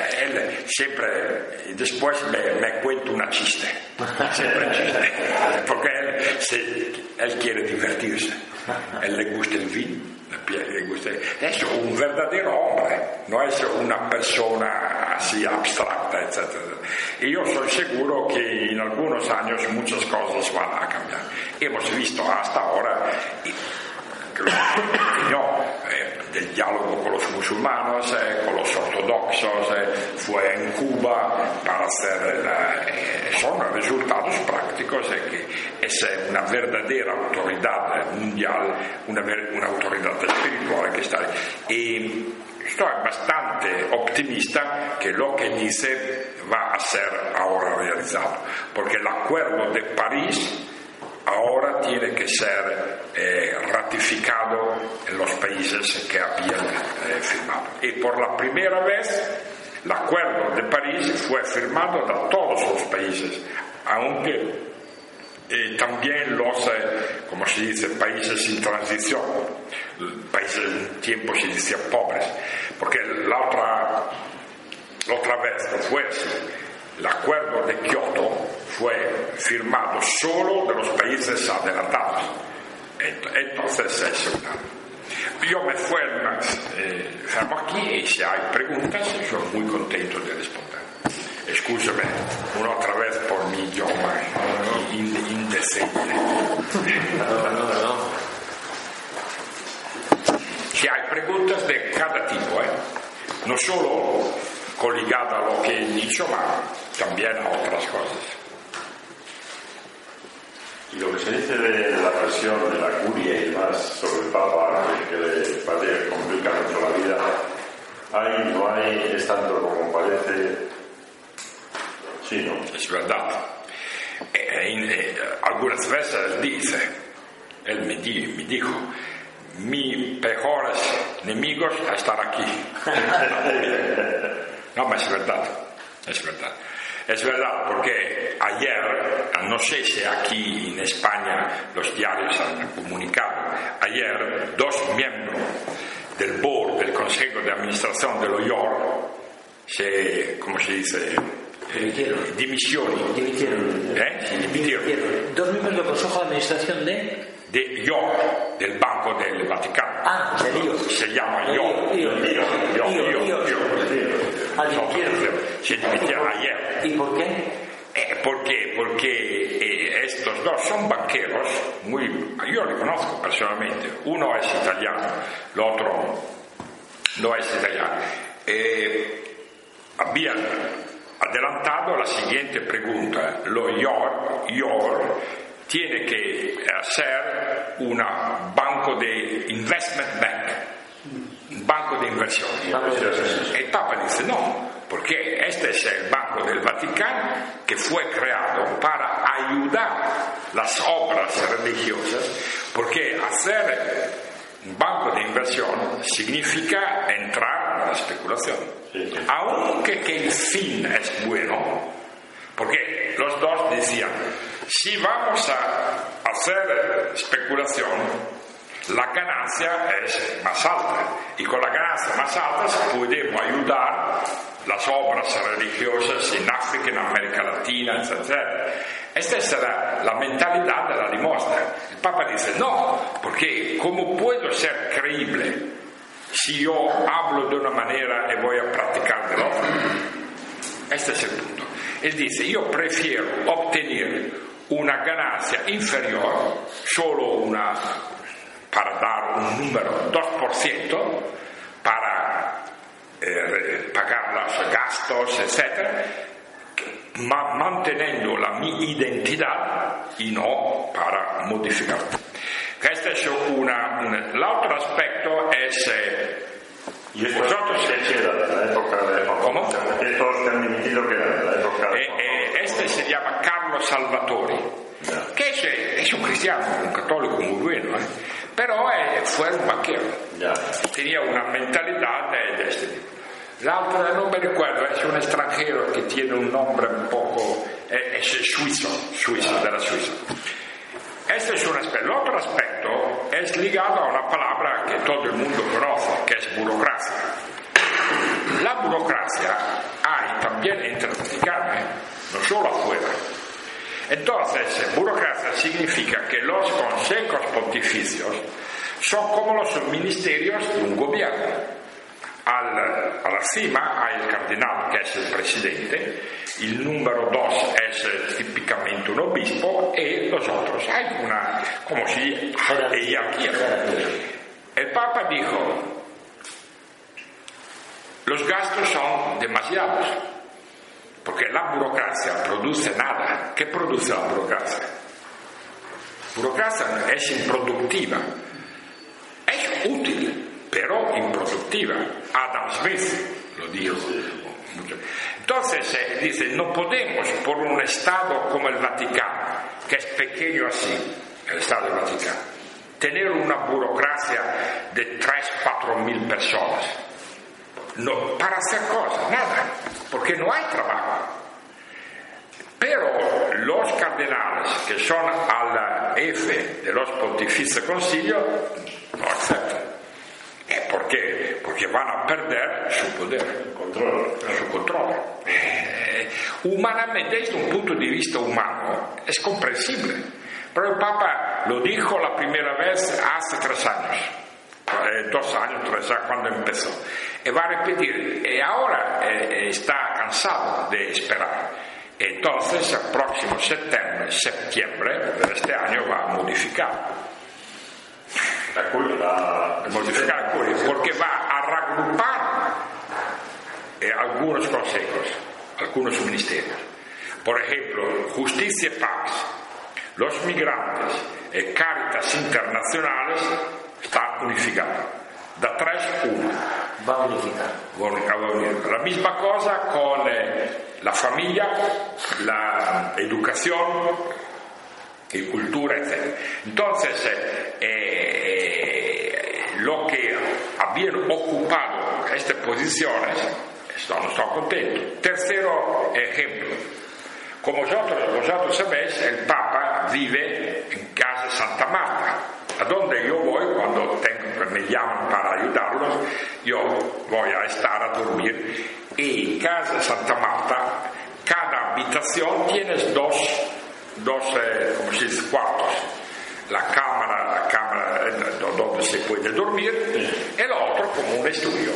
él siempre, después me, me cuenta una chiste, siempre chiste, porque él, se, él quiere divertirse, él le gusta el vino, le gusta, es un verdadero hombre, no es una persona así abstracta, etcétera. Y yo soy seguro que en algunos años muchas cosas van a cambiar. Hemos visto hasta ahora, y creo que no, eh, del diálogo con los musulmanes, eh, con los ortodoxos, eh, fue en Cuba para hacer, eh, son resultados prácticos, eh, que es una verdadera autoridad mundial, una, una autoridad espiritual que está ahí. Y estoy bastante optimista que lo que dice va a ser ahora realizado, porque el acuerdo de París ahora tiene que ser eh, ratificado en los países que habían eh, firmado. Y por la primera vez el acuerdo de París fue firmado de todos los países, aunque eh, también los, eh, como se dice, países en transición, países en tiempo se decía pobres, porque la otra, la otra vez no fue así. El acuerdo de Kioto fue firmado solo de los países adelantados. Entonces es una... Yo me fui eh, fermo aquí y si hay preguntas soy muy contento de responder. Escúchame una otra vez por mi idioma indecente. No, no, no. Si hay preguntas de cada tipo, ¿eh? No solo colligada a lo que he dicho, ma también a otras cosas. Y lo que se dice de la presión de la curia y demás sobre el Papa, que le parece que complica mucho la vida, hay, no hay, es tanto como parece. Sí, ¿no? Es verdad. Eh, in, eh, algunas veces dice, él me, di, me dijo, mis peores enemigos están aquí. No, ma es verdad, es verdad. Es verdad, porque ayer, no sé si aquí en España los diarios han comunicado, ayer dos miembros del board, del Consejo de Administración de Loyola, se, ¿cómo se dice? Dimitieron. Dimisioni. Dimitieron. ¿Eh? Sí, dimitieron. Dimitieron. Dos miembros del Consejo de Administración de... De York, del Banco del Vaticano. Ah, de Dios. Se llama York. Io, io, io, io. Ah, dimitieron. Se dimitieron ayer. ¿Y por qué? Eh, ¿Por qué? Porque eh, estos dos son banqueros, muy, yo li conozco personalmente, uno es italiano, el otro no es italiano. Eh, habían adelantado la siguiente pregunta: lo York, York tiene que hacer un banco de investment bank, un banco de inversión. El Papa dice no, porque este es el Banco del Vaticano que fue creado para ayudar las obras religiosas, porque hacer un banco de inversión significa entrar practicar la especulación. Sí, sí. Aunque que el fin es bueno, porque los dos decían, si vamos a hacer especulación, la ganancia es más alta, y con la ganancia más alta podemos ayudar las obras religiosas en África, en América Latina, etcétera. Esta será la mentalidad de la limosna. El Papa dice, no, porque ¿cómo puedo ser creíble si yo hablo de una manera y voy a practicar de la otra? Este es el punto. Él dice, yo prefiero obtener una ganancia inferior, solo una, para dar un número, dos por ciento, para eh, pagar los gastos, etcétera, ma manteniendo la mi identidad y no para modificar. Este es una, una. El otro aspecto es eh, ¿Y esto vosotros qué era de la época de ¿Cómo? Estos que han dimitido que era de la época de eh, eh, este se llama Carlo Salvatori, Ya. que es, es un cristiano, un católico muy bueno, ¿eh? Pero eh, fue un banquero, Ya. tenía una mentalidad de, de este tipo. L'altro non mi ricordo, è un extranjero che tiene un nombre un poco, è, è suizo, suizo, della Suiza. Este es un aspecto. El otro aspecto es ligado a una palabra que todo el mundo conoce, que es burocracia. La burocracia hay también entre los mexicanos, ¿eh? No solo afuera. Entonces, burocracia significa que los consejos pontificios son como los ministerios de un gobierno. Al, a la cima hay el cardenal, que es el presidente, el número dos es eh, típicamente un obispo y los otros. Hay una, como si jerarquía. El Papa dijo, los gastos son demasiados, porque la burocracia produce nada. ¿Qué produce la burocracia? La burocracia es improductiva, es útil, pero improductiva. Adam Smith lo dijo. Entonces eh, dice, no podemos por un Estado como el Vaticano, que es pequeño así, el Estado del Vaticano, tener una burocracia de tres, cuatro mil personas. No, para hacer cosas, nada, porque no hay trabajo. Pero los cardenales que son al F de los Pontificio Concilio no aceptan. ¿Por qué? Porque van a perder su poder, Control. su control. Eh, humanamente, desde un punto de vista humano, es comprensible. Pero el Papa lo dijo la primera vez hace tres años, eh, dos años, tres años, cuando empezó. Y va a repetir, y ahora eh, está cansado de esperar. Entonces, el próximo septiembre, septiembre de este año va a modificar. La culpa. Modificar la curia, porque va a reagrupar eh, algunos consejos, algunos ministerios. Por ejemplo, Justicia y Paz, los migrantes y Cáritas Internacionales están unificados. Da tres, uno. Va a unificar. Va a unir. La misma cosa con eh, la familia, la educación y cultura, etcétera. Entonces, eh, eh, lo que habían ocupado estas posiciones, no están contentos. Tercero ejemplo, como vosotros, vosotros sabéis, el Papa vive en Casa Santa Marta, a donde yo voy cuando tengo, me llaman para ayudarlos, yo voy a estar a dormir, y en Casa Santa Marta, cada habitación tienes dos dos eh, como si dice, cuartos, la cámara, la cámara donde se puede dormir, y el otro como un estudio,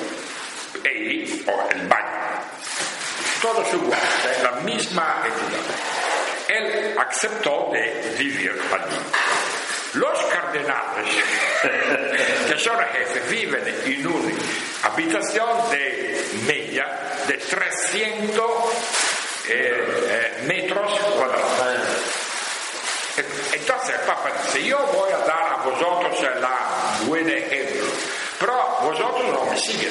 y o el baño, todos iguales, la misma entidad. Él aceptó de vivir allí. Los cardenales, que son jefes, viven en una habitación de media de trescientos Eh, eh, metros cuadrados. Entonces el Papa dice, yo voy a dar a vosotros la buen ejemplo, pero vosotros no me siguen.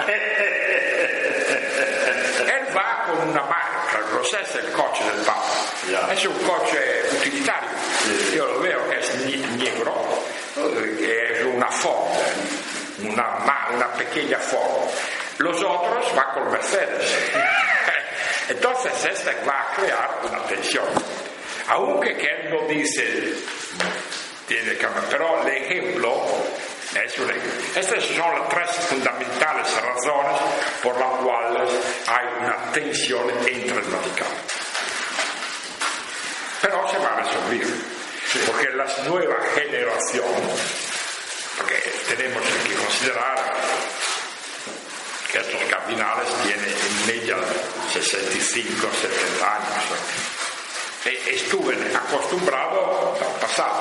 Él va con una marca, lo sé, es el coche del Papa, yeah. Es un coche utilitario, sí. Yo lo veo que es negro, es una Ford, una, una pequeña Ford. los otros van con Mercedes. Entonces esto va a crear una tensión. Aunque Ken lo dice, tiene que, pero el ejemplo es un ejemplo. Estas son las tres fundamentales razones por las cuales hay una tensión entre el Vaticano. Pero se va a resolver, porque la nueva generación, porque tenemos que considerar que estos cardinales tienen en media sesenta y cinco, setenta años. E estuve acostumbrado al pasado.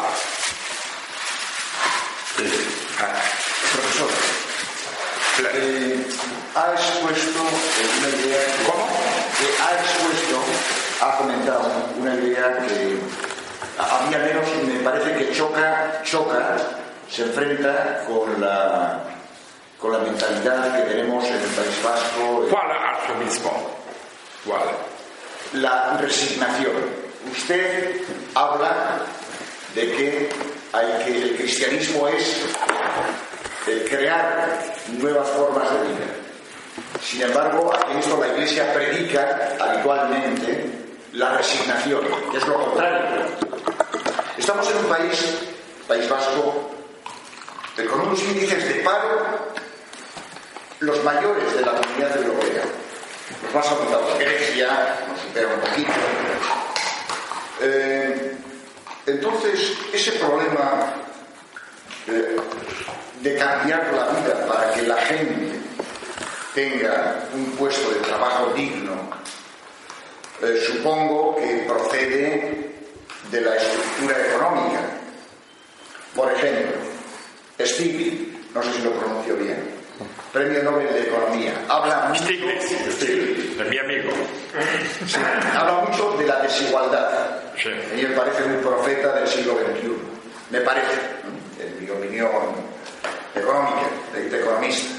Ah, profesor, eh, ha expuesto una idea que, ¿Cómo? que ha expuesto, ha comentado una idea que a mí al menos me parece que choca, choca, se enfrenta con la con la mentalidad que tenemos en el País Vasco. ¿Cuál arzobispo? ¿Cuál? La resignación. Usted habla de que hay que el cristianismo es el crear nuevas formas de vida. Sin embargo, aquí en esto la Iglesia predica habitualmente la resignación, que es lo contrario. Estamos en un país, País Vasco, con unos índices de paro los mayores de la Comunidad Europea. Los más aumentados. Grecia nos supera un poquito. Eh, entonces, ese problema eh, de cambiar la vida para que la gente tenga un puesto de trabajo digno, eh, supongo que procede de la estructura económica. Por ejemplo, Stiglitz, no sé si lo pronuncio bien, Premio Nobel de Economía, habla mucho, Stiglitz, Stiglitz, es mi amigo. Sí, habla mucho de la desigualdad. Sí. A mí me parece un profeta del siglo veintiuno, me parece, en mi opinión económica, de, de economista.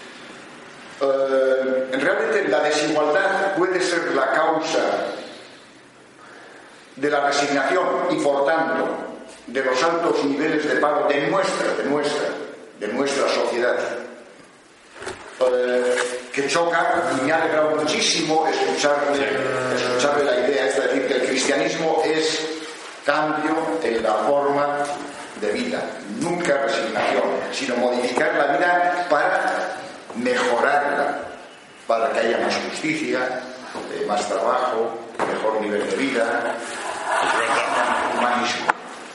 Eh, realmente la desigualdad puede ser la causa de la resignación y por tanto de los altos niveles de paro de nuestra, de nuestra, de nuestra sociedad. Eh, que choca, y me ha alegrado muchísimo escucharle, escucharle la idea, es decir, que el cristianismo es cambio en la forma de vida, nunca resignación, sino modificar la vida para mejorarla, para que haya más justicia, eh, más trabajo, mejor nivel de vida, humanismo.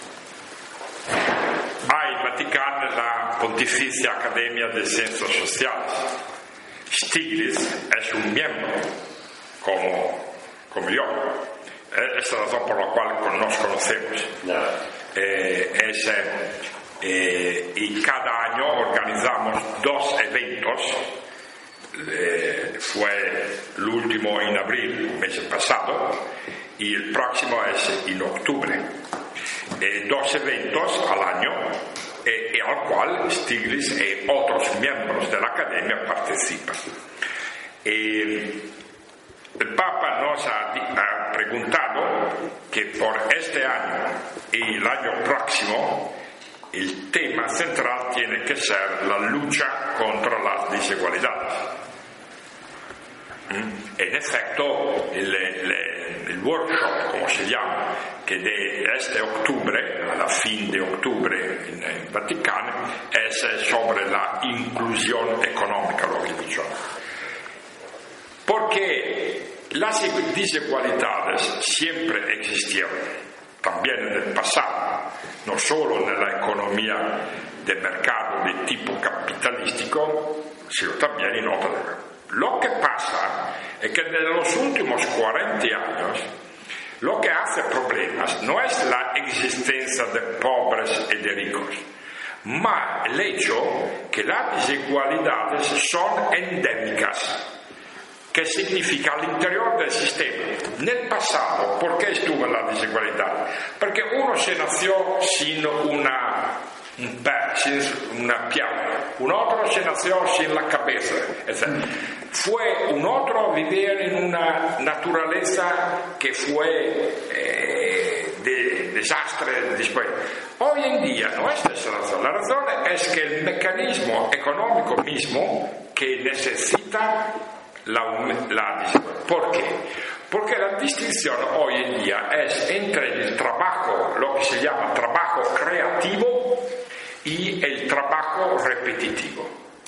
Hay en Vaticano la Pontificia Academia de Ciencias Sociales. Stiglitz es un miembro, como, como yo. Esta es la razón por la cual nos conocemos. Eh, es, eh, y cada año organizamos dos eventos. Eh, fue el último en abril, el mes pasado, y el próximo es en octubre. Eh, dos eventos al año, eh, y al cual Stiglitz y otros miembros de la Academia participan. Eh, el Papa nos ha, ha preguntado que por este año y el año próximo el tema central tiene que ser la lucha contra las desigualdades. En efecto, el, el, el workshop, como se llama, que de este octubre, a la fin de octubre en, en Vaticano, es sobre la inclusión económica, lo que he dicho. Porque las desigualdades siempre existieron, también en el pasado, no solo en la economía de mercado de tipo capitalístico, sino también en otras. Lo que pasa es que en los últimos cuarenta años lo que hace problemas no es la existencia de pobres y de ricos, ma el hecho que las desigualdades son endémicas. ¿Qué significa al interior del sistema? Nel pasado, ¿por qué estuvo la desigualdad? Porque uno se nació sin una, un pé, sin una pierna, un otro se nació sin la cabeza, etcétera. Fue un otro vivir en una naturaleza que fue eh, de desastre después. Hoy en día no es esa razón. La razón es que el mecanismo económico mismo que necesita la, la distinción. ¿Por qué? Porque la distinción hoy en día es entre el trabajo, lo que se llama trabajo creativo, y el trabajo repetitivo.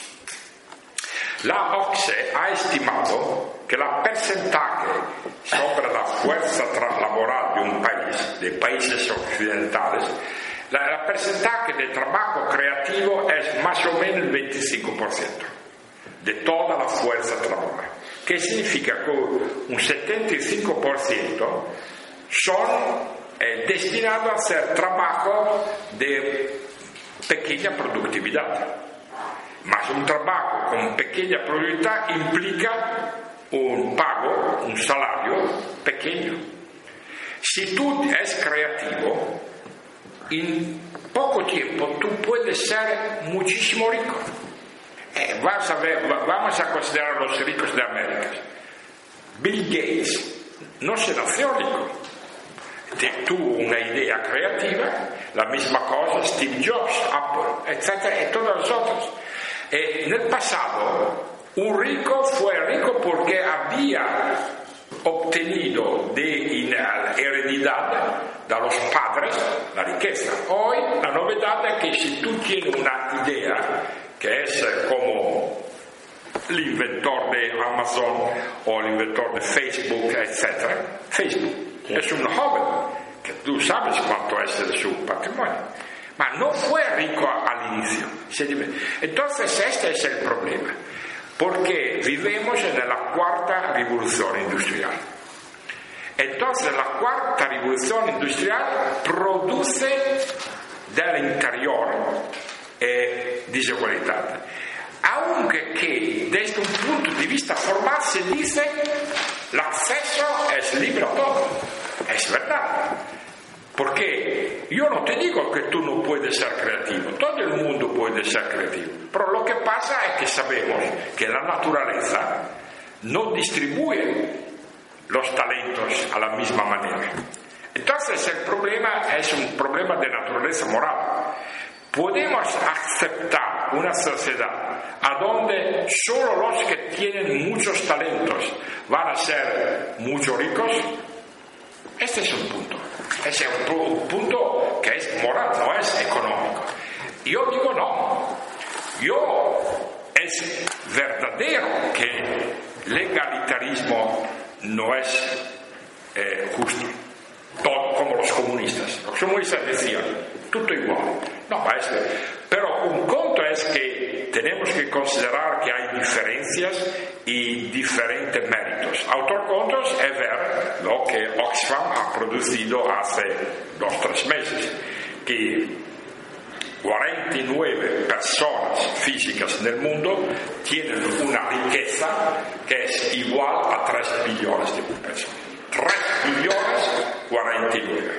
La O C D E ha estimado que la porcentaje sobre la fuerza laboral de un país, de países occidentales, la, la porcentaje de trabajo creativo es más o menos el veinticinco por ciento de toda la fuerza laboral. ¿Qué significa? Que un setenta y cinco por ciento son eh, destinados a hacer trabajo de pequeña productividad. Mas un trabajo con pequeña productividad implica un pago, un salario pequeño. Si tú eres creativo, en poco tiempo tú puedes ser muchísimo rico. Eh, vas a ver, vamos a considerar a los ricos de América. Bill Gates no se nació rico, tuvo una idea creativa, la misma cosa Steve Jobs, Apple, etcétera, y todos los otros. Eh, en el pasado, un rico fue rico porque había obtenido de heredad de los padres la riqueza. Hoy la novedad es que si tú tienes una idea que es como el inventor de Amazon o el inventor de Facebook, etcétera, Facebook es un joven que tú sabes cuánto es de su patrimonio, ma no fue rico al inicio. Entonces este es el problema, porque vivimos en la cuarta revolución industrial. Entonces la cuarta revolución industrial produce del interior eh, desigualdad. Aunque que desde un punto de vista formal se dice el acceso es libre a todo. Es verdad. Porque yo no te digo que tú no puedes ser creativo, todo el mundo puede ser creativo. Pero lo que pasa es que sabemos que la naturaleza no distribuye los talentos a la misma manera. Entonces el problema es un problema de naturaleza moral. ¿Podemos aceptar una sociedad a donde solo los que tienen muchos talentos van a ser mucho ricos? Este es un punto. Es un punto que es moral, no es económico. Yo digo no. Yo es verdadero que el egalitarismo no es eh, justo. Todo, como los comunistas. Los comunistas decían, todo igual. No, este, pero un conto es que tenemos que considerar que hay diferencias y diferentes méritos. Otro conto es ver lo que Oxfam ha producido hace dos o tres meses, que cuarenta y nueve personas físicas en el mundo tienen una riqueza que es igual a tres billones de personas. tres billones, cuarenta y nueve.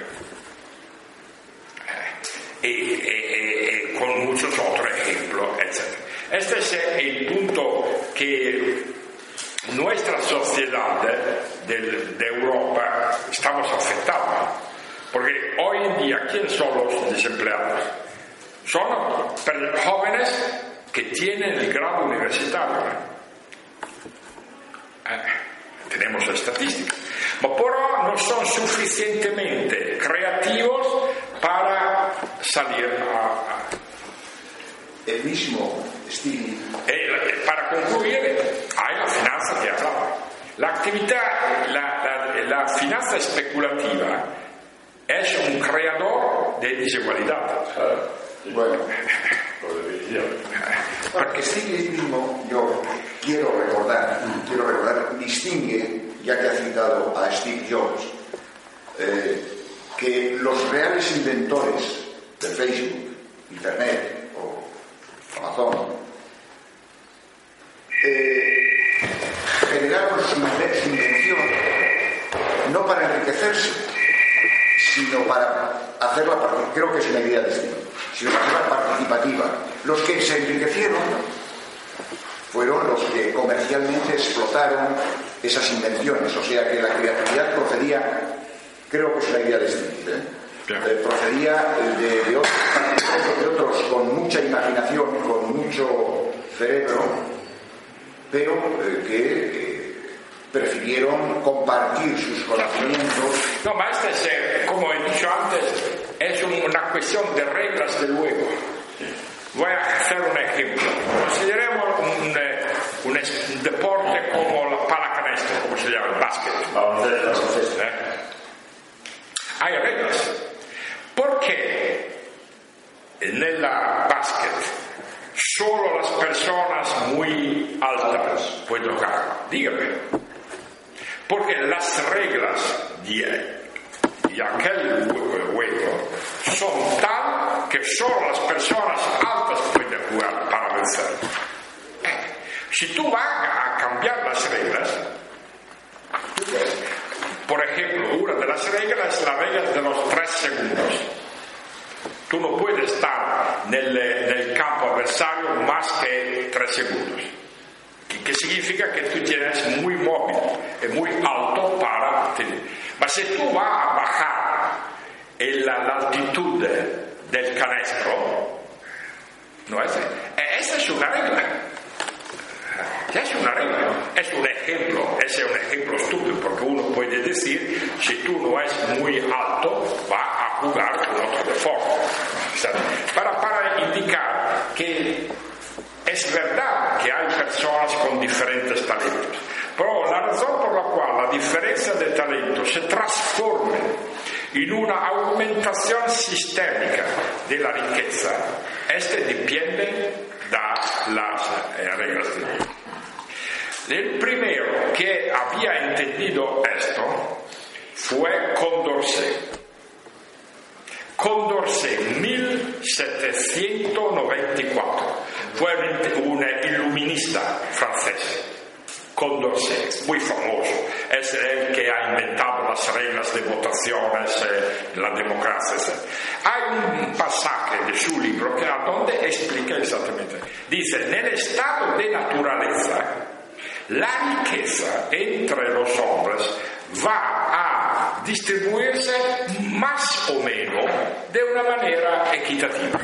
Y, y, y, y con muchos otros ejemplos, etcétera. Este es el punto que nuestra sociedad de, de Europa estamos afectados. Porque hoy en día, ¿quiénes son los desempleados? Son jóvenes que tienen el grado universitario. Eh, tenemos estadísticas. Pero no son suficientemente creativos para salir a... a el mismo Steve. Eh, para concluir, hay la finanza que hablaba. La actividad, la, la, la finanza especulativa es un creador de desigualdad. Bueno, porque Steve mismo, yo quiero recordar, quiero recordar, distingue, ya que ha citado a Steve Jobs, eh, que los reales inventores de Facebook, Internet o Amazon eh, generaron su invención no para enriquecerse, sino para hacerla, creo que es una idea distinta, sino para hacerla participativa. Los que se enriquecieron fueron los que comercialmente explotaron esas invenciones, o sea que la creatividad procedía, creo que es una idea distinta, ¿eh? Eh, procedía de, de, otros, de otros con mucha imaginación, con mucho cerebro, veo eh, que eh, prefirieron compartir sus conocimientos. No, ma este es, como he dicho antes, es una cuestión de reglas del juego. Voy a hacer un ejemplo. Consideremos un, un, un deporte como la pala canestro, como se llama el básquet. ¿Eh? Hay reglas. Perché nella basket solo las personas muy altas pueden jugar? Dígame. Porque las reglas de, de aquel juego son tal que solo las personas altas pueden jugar para vencer. Eh, si tú vas a cambiar las reglas, por ejemplo, una de las reglas es la regla de los tres segundos. Tú no puedes estar nel, nel campo avversario más que tres segundos. Que, que significa que tú tienes muy móvil y muy alto para tener. Ma se tú vas a bajar el, la, la altitud del canestro, no es, esa es una regla. Es una regla, es un ejemplo, ese es un ejemplo estúpido porque uno puede decir, si tú no eres muy alto, va a jugar con otro de forma. Para, para indicar que es verdad que hay personas con diferentes talentos, pero la razón por la cual la diferencia de talento se transforma en una aumentación sistémica de la riqueza, este depende de las eh, reglas del juego. El primero que había entendido esto fue Condorcet. Condorcet, mil setecientos noventa y cuatro, fue un iluminista francés. Condorcet, muy famoso, es el que ha inventado las reglas de votaciones, eh, la democracia. Hay un pasaje de su libro que a donde explica exactamente. Dice, en el estado de naturaleza, la riqueza entre los hombres va a distribuirse más o menos de una manera equitativa.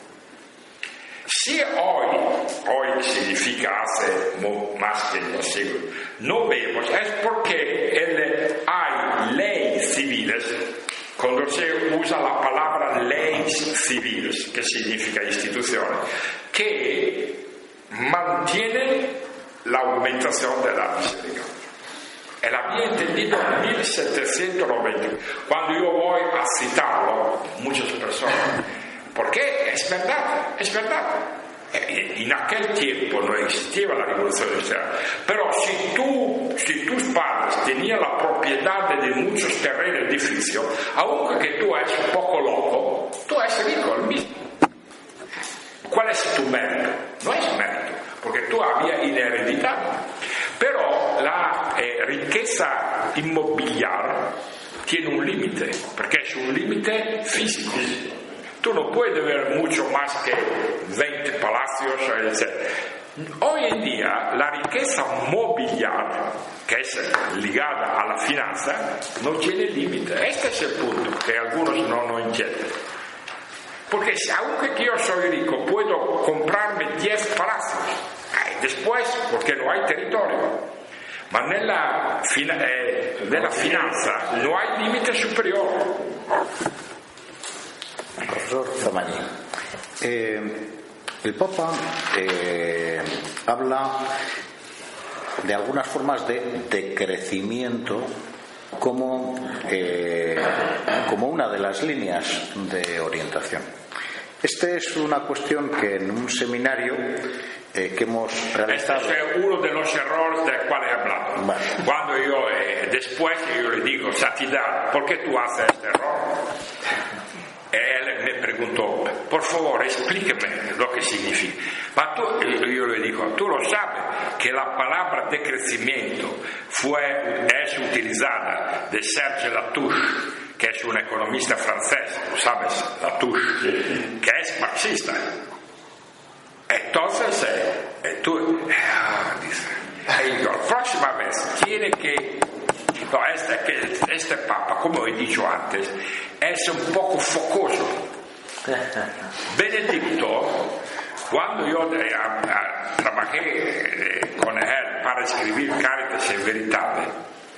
Si hoy, hoy significa hace más que dos siglos, no vemos, es porque el, hay leyes civiles. Cuando se usa la palabra leyes civiles, que significa instituciones, que mantienen la aumentación de la misericordia. Él había entendido en mil setecientos noventa, cuando yo voy a citarlo, muchas personas, porque es verdad, es verdad. En aquel tiempo no existía la revolución industrial, pero si, tú, si tus padres tenían la propiedad de muchos terrenos y edificios, aunque tú eres un poco loco, tú eres rico el mismo. ¿Cuál es tu mérito? No es mérito, porque tú habías hereditado. Pero la eh, riqueza inmobiliaria tiene un límite, porque es un límite físico. Tú no puedes ver mucho más que veinte palacios, etcétera. Hoy en día la riqueza mobiliaria, que es ligada a la finanza, no tiene límite. Este es el punto que algunos no, no entienden. Porque si, aunque yo soy rico, puedo comprarme diez palacios, después, porque no hay territorio. Ma nella, fina, eh, nella finanza no hay límite superior. Profesor Zamagni, eh, el Papa eh, habla de algunas formas de decrecimiento como, eh, como una de las líneas de orientación. Esta es una cuestión que en un seminario eh, que hemos realizado... Este es uno de los errores del cual he hablado. Vale. Cuando yo, eh, después yo le digo, Santidad, ¿por qué tú haces este error? Él me preguntó, por favor, explíqueme lo que significa. Ma tú, yo le digo, tú lo sabes que la palabra decrecimiento fue, es utilizada de Serge Latouche, que es un economista francés, lo sabes, Latouche, que es marxista. Entonces, eh, tú, ah, dice, la próxima vez tiene que... No, este, este Papa, como he dicho antes, es un poco focoso. Benedicto Cuando yo eh, a, a, trabajé eh, con él para escribir Caritas en Veritate,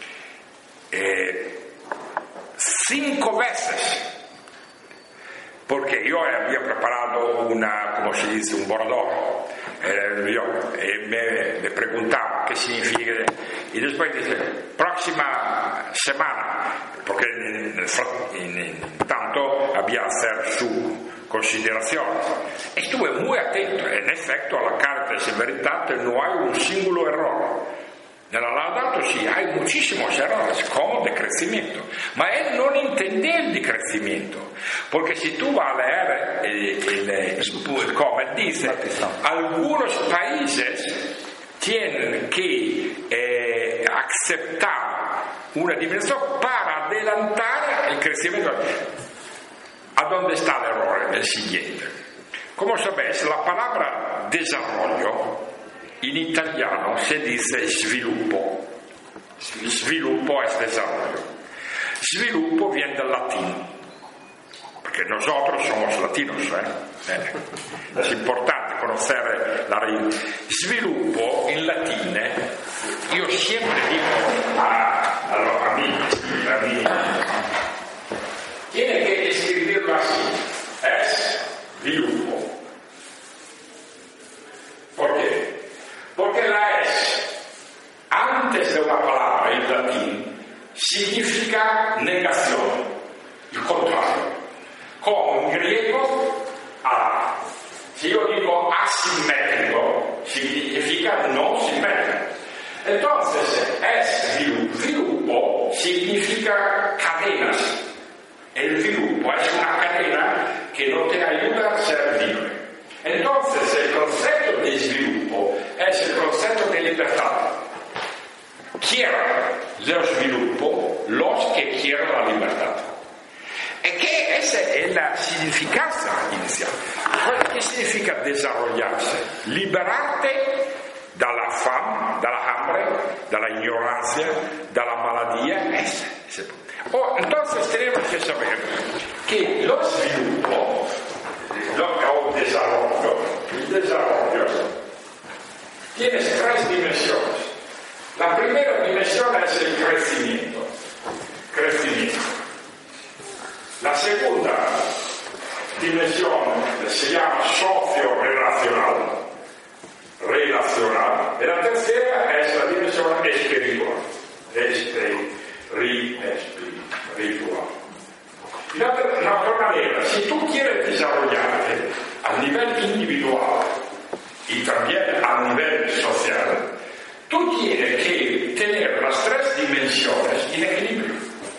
eh, cinco veces, porque yo había preparado una, como se dice, un borrador, eh, yo, y me, me preguntaba qué significa, y después dice, próxima semana, porque en, en, en tanto había hacer su consideraciones. Estuve muy atento, en efecto, a la Caritas in Veritate no hay un singolo error. Nella Laudato sì, hai muchísimos errores, como de crecimiento. Ma él non intende il di crecimiento, porque si tú vas a leer el, el, el, como dice, algunos países tienen que eh, aceptar una dimensión para adelantar el crecimiento. ¿A dónde está el error? El siguiente. Como sabéis, la palabra desarrollo in italiano se dice sviluppo. Sviluppo es desarrollo. Sviluppo viene del latino, porque nosotros somos latinos, ¿eh? Eh. Es importante conocer la raíz. Sviluppo in latino, io siempre digo a, a los amigos, a mí, tiene que escribirlo así, es sviluppo. ¿Por qué? Porque la es, antes de una palabra en latín, significa negación, il contrario. Como en griego, a. Si yo digo asimmétrico, significa no simétrico. Entonces, es sviluppo, significa cadenas. El sviluppo es una cadena que no te ayuda a ser libre. Entonces, el concepto de sviluppo es el concepto de libertad. Quiero el sviluppo los que quieren la libertad. ¿Y qué es la significancia inicial? ¿Qué significa desarrollarse? Liberarte dalla fame, dalla hambre, dalla ignorancia, dalla malattia. Oh, entonces tenemos que saber que lo sviluppo, o desarrollo, el desarrollo tiene tres dimensiones. La primera dimensión es el crecimiento. Crecimiento. La segunda dimensión se llama socio-relacional. Relacional. Y la tercera es la dimensión espiritual. Espiritual. De otra manera, si tú quieres desarrollarte a nivel individual y también a nivel social, tú tienes que tener las tres dimensiones en equilibrio.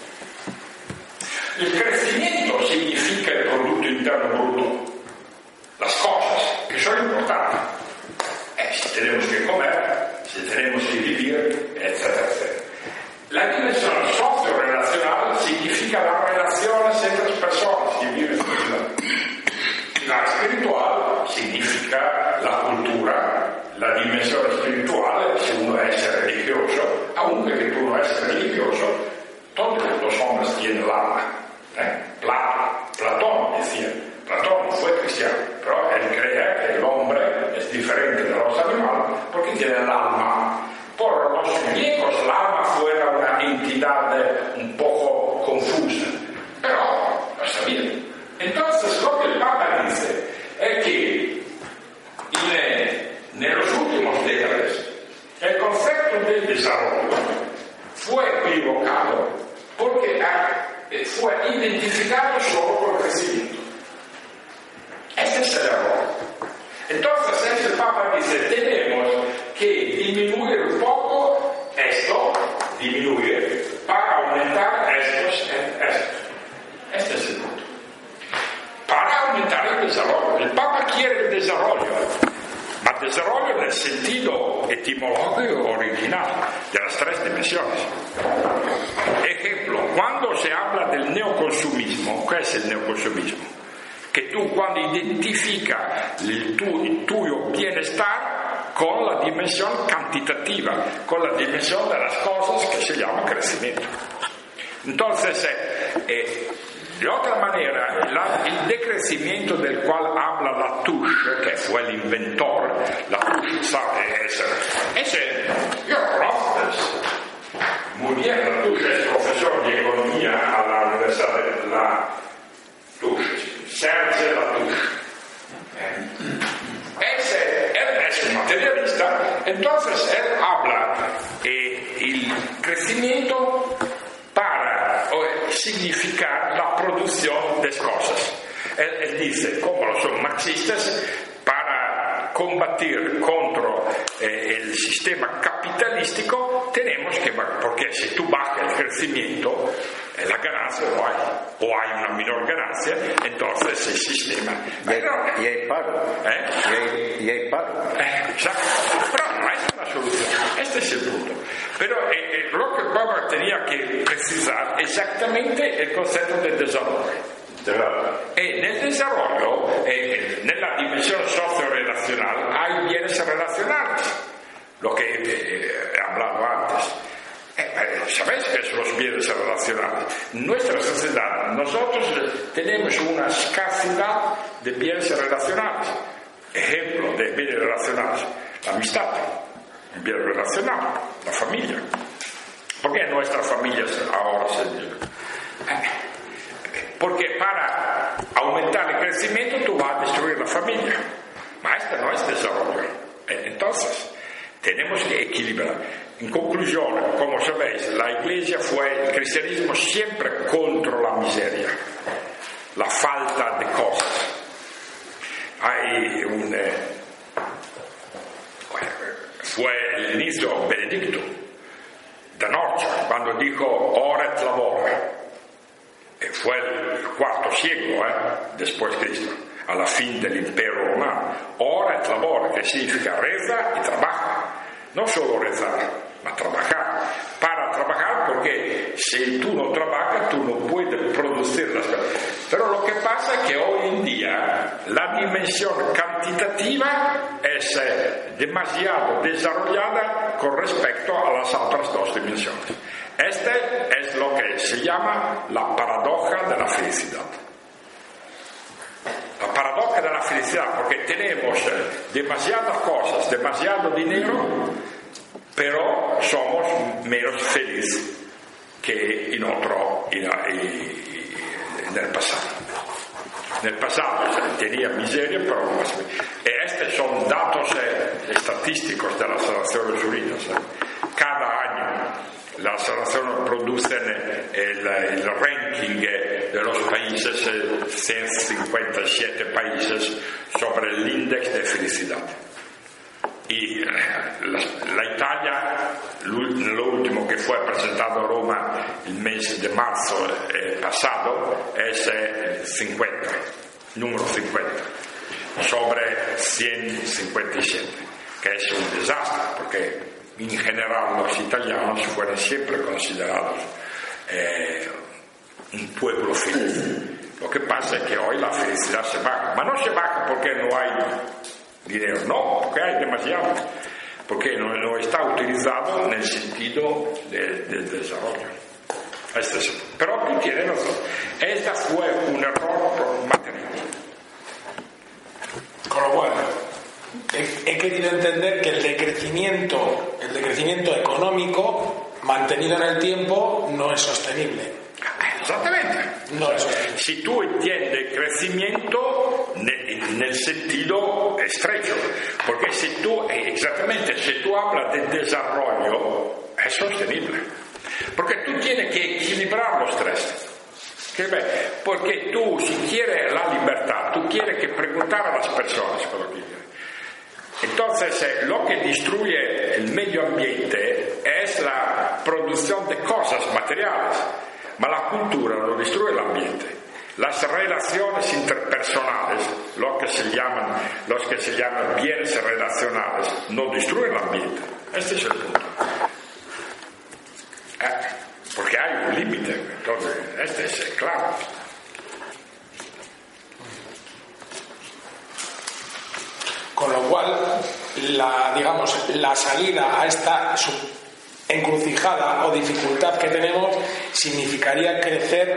El crecimiento significa el Producto Interno Bruto, las cosas que son importantes. Eh, si tenemos que comer, si tenemos que vivir, etcétera, etcétera. La dimensión socio-relacional significa las relaciones entre las personas que viven en la La espiritual significa la cultura, la dimensión espiritual, si uno es religioso, aunque que tú no es religioso, todos los hombres tienen el alma. ¿eh? Platón decía, Platón fue cristiano, pero él creía que el hombre es diferente de los animales porque tiene el alma. Por los griegos el alma fuera una entidad un poco confusa, pero lo sabían. Entonces lo que el Papa dice es que en los últimos décadas el concepto del desarrollo fue equivocado porque fue identificado solo con el crecimiento. Este es el error. Entonces el Papa dice, tenemos que disminuir un poco esto, disminuir, para aumentar estos, estos. Este es el punto. Para aumentar el desarrollo. El Papa quiere el desarrollo, el desarrollo en el sentido etimológico original de las tres dimensiones. Ejemplo, cuando se habla del neoconsumismo, ¿qué es el neoconsumismo? Que tú cuando identificas el, tu, el tuyo bienestar con la dimensión cuantitativa, con la dimensión de las cosas que se llama crecimiento. Entonces, eh, eh, De otra manera, la, el decrecimiento del cual habla Latouche, que fue el inventor, Latouche sabe ese, ese yo conozco, muy bien, Latouche es profesor de economía a la Universidad de Latouche, Serge Latouche. Ese, él es un materialista, entonces él habla eh, el crecimiento para eh, significar la producción de cosas. Él, él dice, como son marxistas, para combatir contra eh, el sistema capitalístico tenemos que, porque si tú bajas el crecimiento, eh, la ganancia no hay, o hay una menor ganancia, entonces el sistema... Y hay, y hay paro. ¿Eh? Y, hay, y hay paro. Eh, exacto. Pero no es una solución. Este es el punto. Pero eh, eh, lo que Weber tenía que precisar exactamente el concepto del desarrollo. E nel desarrollo, eh, nella dimensione socio-relacional, hay bienes relacionales, lo que eh, he hablado antes. Eh, eh, ¿Sabéis qué son los bienes relacionales? En nuestra sociedad, nosotros tenemos una escasidad de bienes relacionales. Ejemplo de bienes relacionales: la amistad, un bien relacional, la familia. ¿Por qué nuestras familias ahora se eh, Porque para aumentar el crecimiento tú vas a destruir la familia. Pero este no es desarrollo. Entonces, tenemos que equilibrar. En conclusión, como sabéis, la Iglesia fue, el cristianismo siempre contra la miseria, la falta de cosas. Hay un... Eh, fue el inicio Benedicto da Norcia, cuando dijo ora et labora. Fue el cuarto siglo eh, después de Cristo, a la fin del Imperio Romano. Ora et labora, que significa reza y trabaja. No solo rezar, ma trabajar. Para trabajar, porque si tú no trabajas, tú no puedes producir las cosas. Pero lo que pasa es que hoy en día la dimensión cuantitativa es eh, demasiado desarrollada con respecto a las otras dos dimensiones. Este es lo que se llama la paradoja de la felicidad. La paradoja de la felicidad, porque tenemos demasiadas cosas, demasiado dinero, pero somos menos felices que en otro, en, en el pasado. En el pasado tenía miseria, pero más. Estos son datos eh, estadísticos de las Naciones Unidas. Eh. Cada año las Naciones producen el, el ranking de los países, ciento cincuenta y siete países, sobre el índice de felicidad. Y la, la Italia, lo último que fue presentado a Roma el mes de marzo eh, pasado, es eh, cincuenta, número cincuenta, sobre ciento cincuenta y siete, que es un desastre, porque en general los italianos fueron siempre considerados eh, un pueblo feliz. Lo que pasa es que hoy la felicidad se baja, pero no se baja porque no hay dinero, no, porque hay demasiado, porque no, no está utilizado en el sentido de, del desarrollo. Este es, pero tú tienes razón, este fue un error material. Con lo cual, he, he querido entender que el decrecimiento, el decrecimiento económico mantenido en el tiempo no es sostenible. Exactamente. No es sostenible. Si tú entiendes crecimiento en el sentido estrecho, porque si tú, exactamente, si tú hablas de desarrollo, es sostenible. Porque tú tienes que equilibrar los tres. Porque tú, si quieres la libertad, tú quieres que preguntar a las personas por lo que quieren. Entonces, eh, lo que destruye el medio ambiente es la producción de cosas materiales, ma la cultura no destruye el ambiente. Las relaciones interpersonales, lo que se llaman, los que se llaman bienes relacionales, no destruyen el ambiente. Este es el punto. Eh, porque hay un límite, entonces, este es claro. Con lo cual, la, digamos, la salida a esta encrucijada o dificultad que tenemos significaría crecer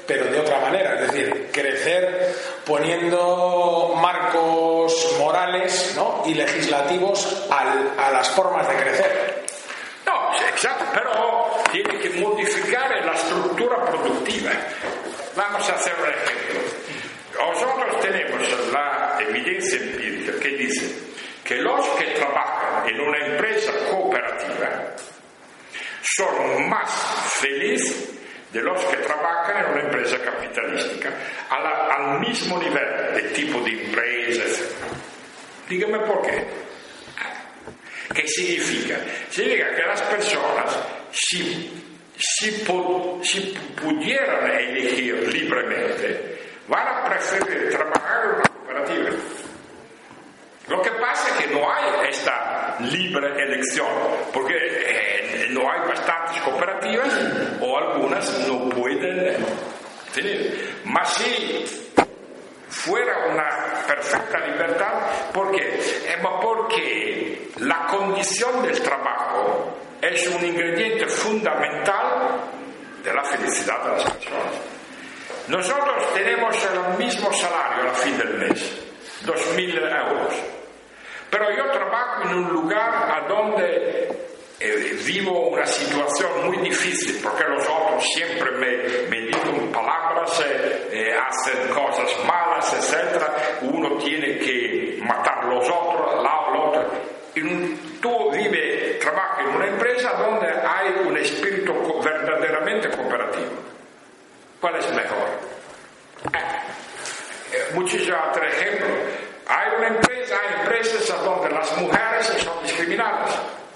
pero de otra manera, es decir, crecer poniendo marcos morales, ¿no?, y legislativos al, a las formas de crecer. No, exacto, pero tiene que modificar la estructura productiva. Vamos a hacer un ejemplo. Nosotros tenemos la evidencia empírica que dice que los que trabajan en una empresa cooperativa son más felices de los que trabajan en una empresa capitalística, a la, al mismo nivel de tipo de empresa, etcétera. Dígame por qué. ¿Qué significa? Significa que las personas, si, si, pu- si pudieran elegir libremente, van a preferir trabajar en una cooperativa. Lo que pasa es que no hay esta libre elección, porque eh, no hay bastantes cooperativas o algunas no pueden tener. Mas si fuera una perfecta libertad, ¿por qué? Eh, porque la condición del trabajo es un ingrediente fundamental de la felicidad de las personas. Nosotros tenemos el mismo salario al fin del mes, dos mil euros. Pero yo trabajo en un lugar a donde eh, vivo una situación muy difícil, porque los otros siempre me, me dicen palabras, eh, eh, hacen cosas malas, etcétera. Uno tiene que matar a los otros, la otro. Un, tú vives, trabajas en una empresa donde hay un espíritu co- verdaderamente cooperativo. ¿Cuál es mejor? Eh, eh, muchos otros ejemplos. Hay una empresa, hay empresas donde las mujeres son discriminadas.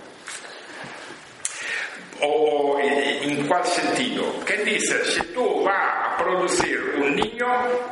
¿O en cuál sentido? ¿Qué dice? Si tú vas a producir un niño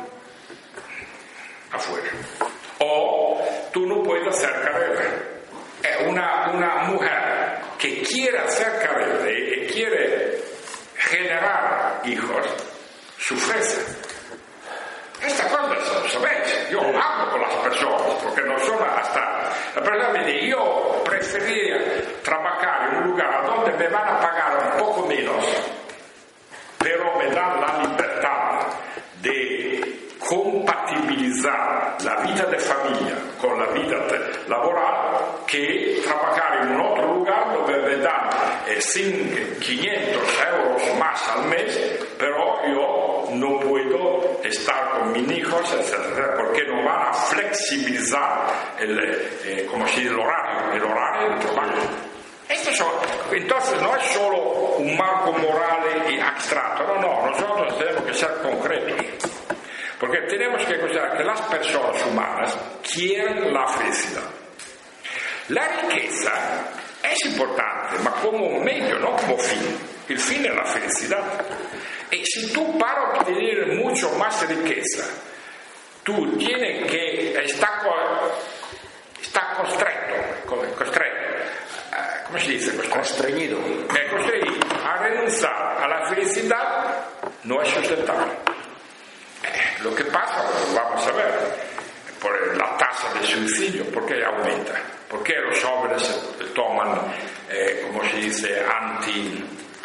afuera, o tú no puedes hacer carrera. Una, una mujer que quiere hacer carrera y quiere generar hijos, sufre. Esta cosa lo sabéis, yo hablo con las personas porque no son hasta. La persona me dice: yo preferiría trabajar en un lugar donde me van a pagar un poco menos, pero me dan la libertad de compatibilizar la vida de familia con la vida laboral, que trabajar en un otro lugar donde me dan eh, quinientos euros más al mes, pero yo no puedo estar con mis hijos, etcétera, porque no van a flexibilizar el, eh, como si el horario, el horario del trabajo. Estos son, entonces no es solo un marco moral y abstracto, no, no, nosotros tenemos que ser concretos. Porque tenemos que considerar que las personas humanas quieren la felicidad. La riqueza es importante, pero como medio, no como fin. El fin es la felicidad. Y si tú para obtener mucho más riqueza, tú tienes que estar, estar constretto, constretto, ¿cómo se dice? Constreñido. Eh, constreñido a renunciar a la felicidad, no es sustentable. Eh, lo que pasa, vamos a ver, por la tasa de suicidio, ¿por qué aumenta? ¿Por qué los jóvenes toman, eh, como se dice, anti,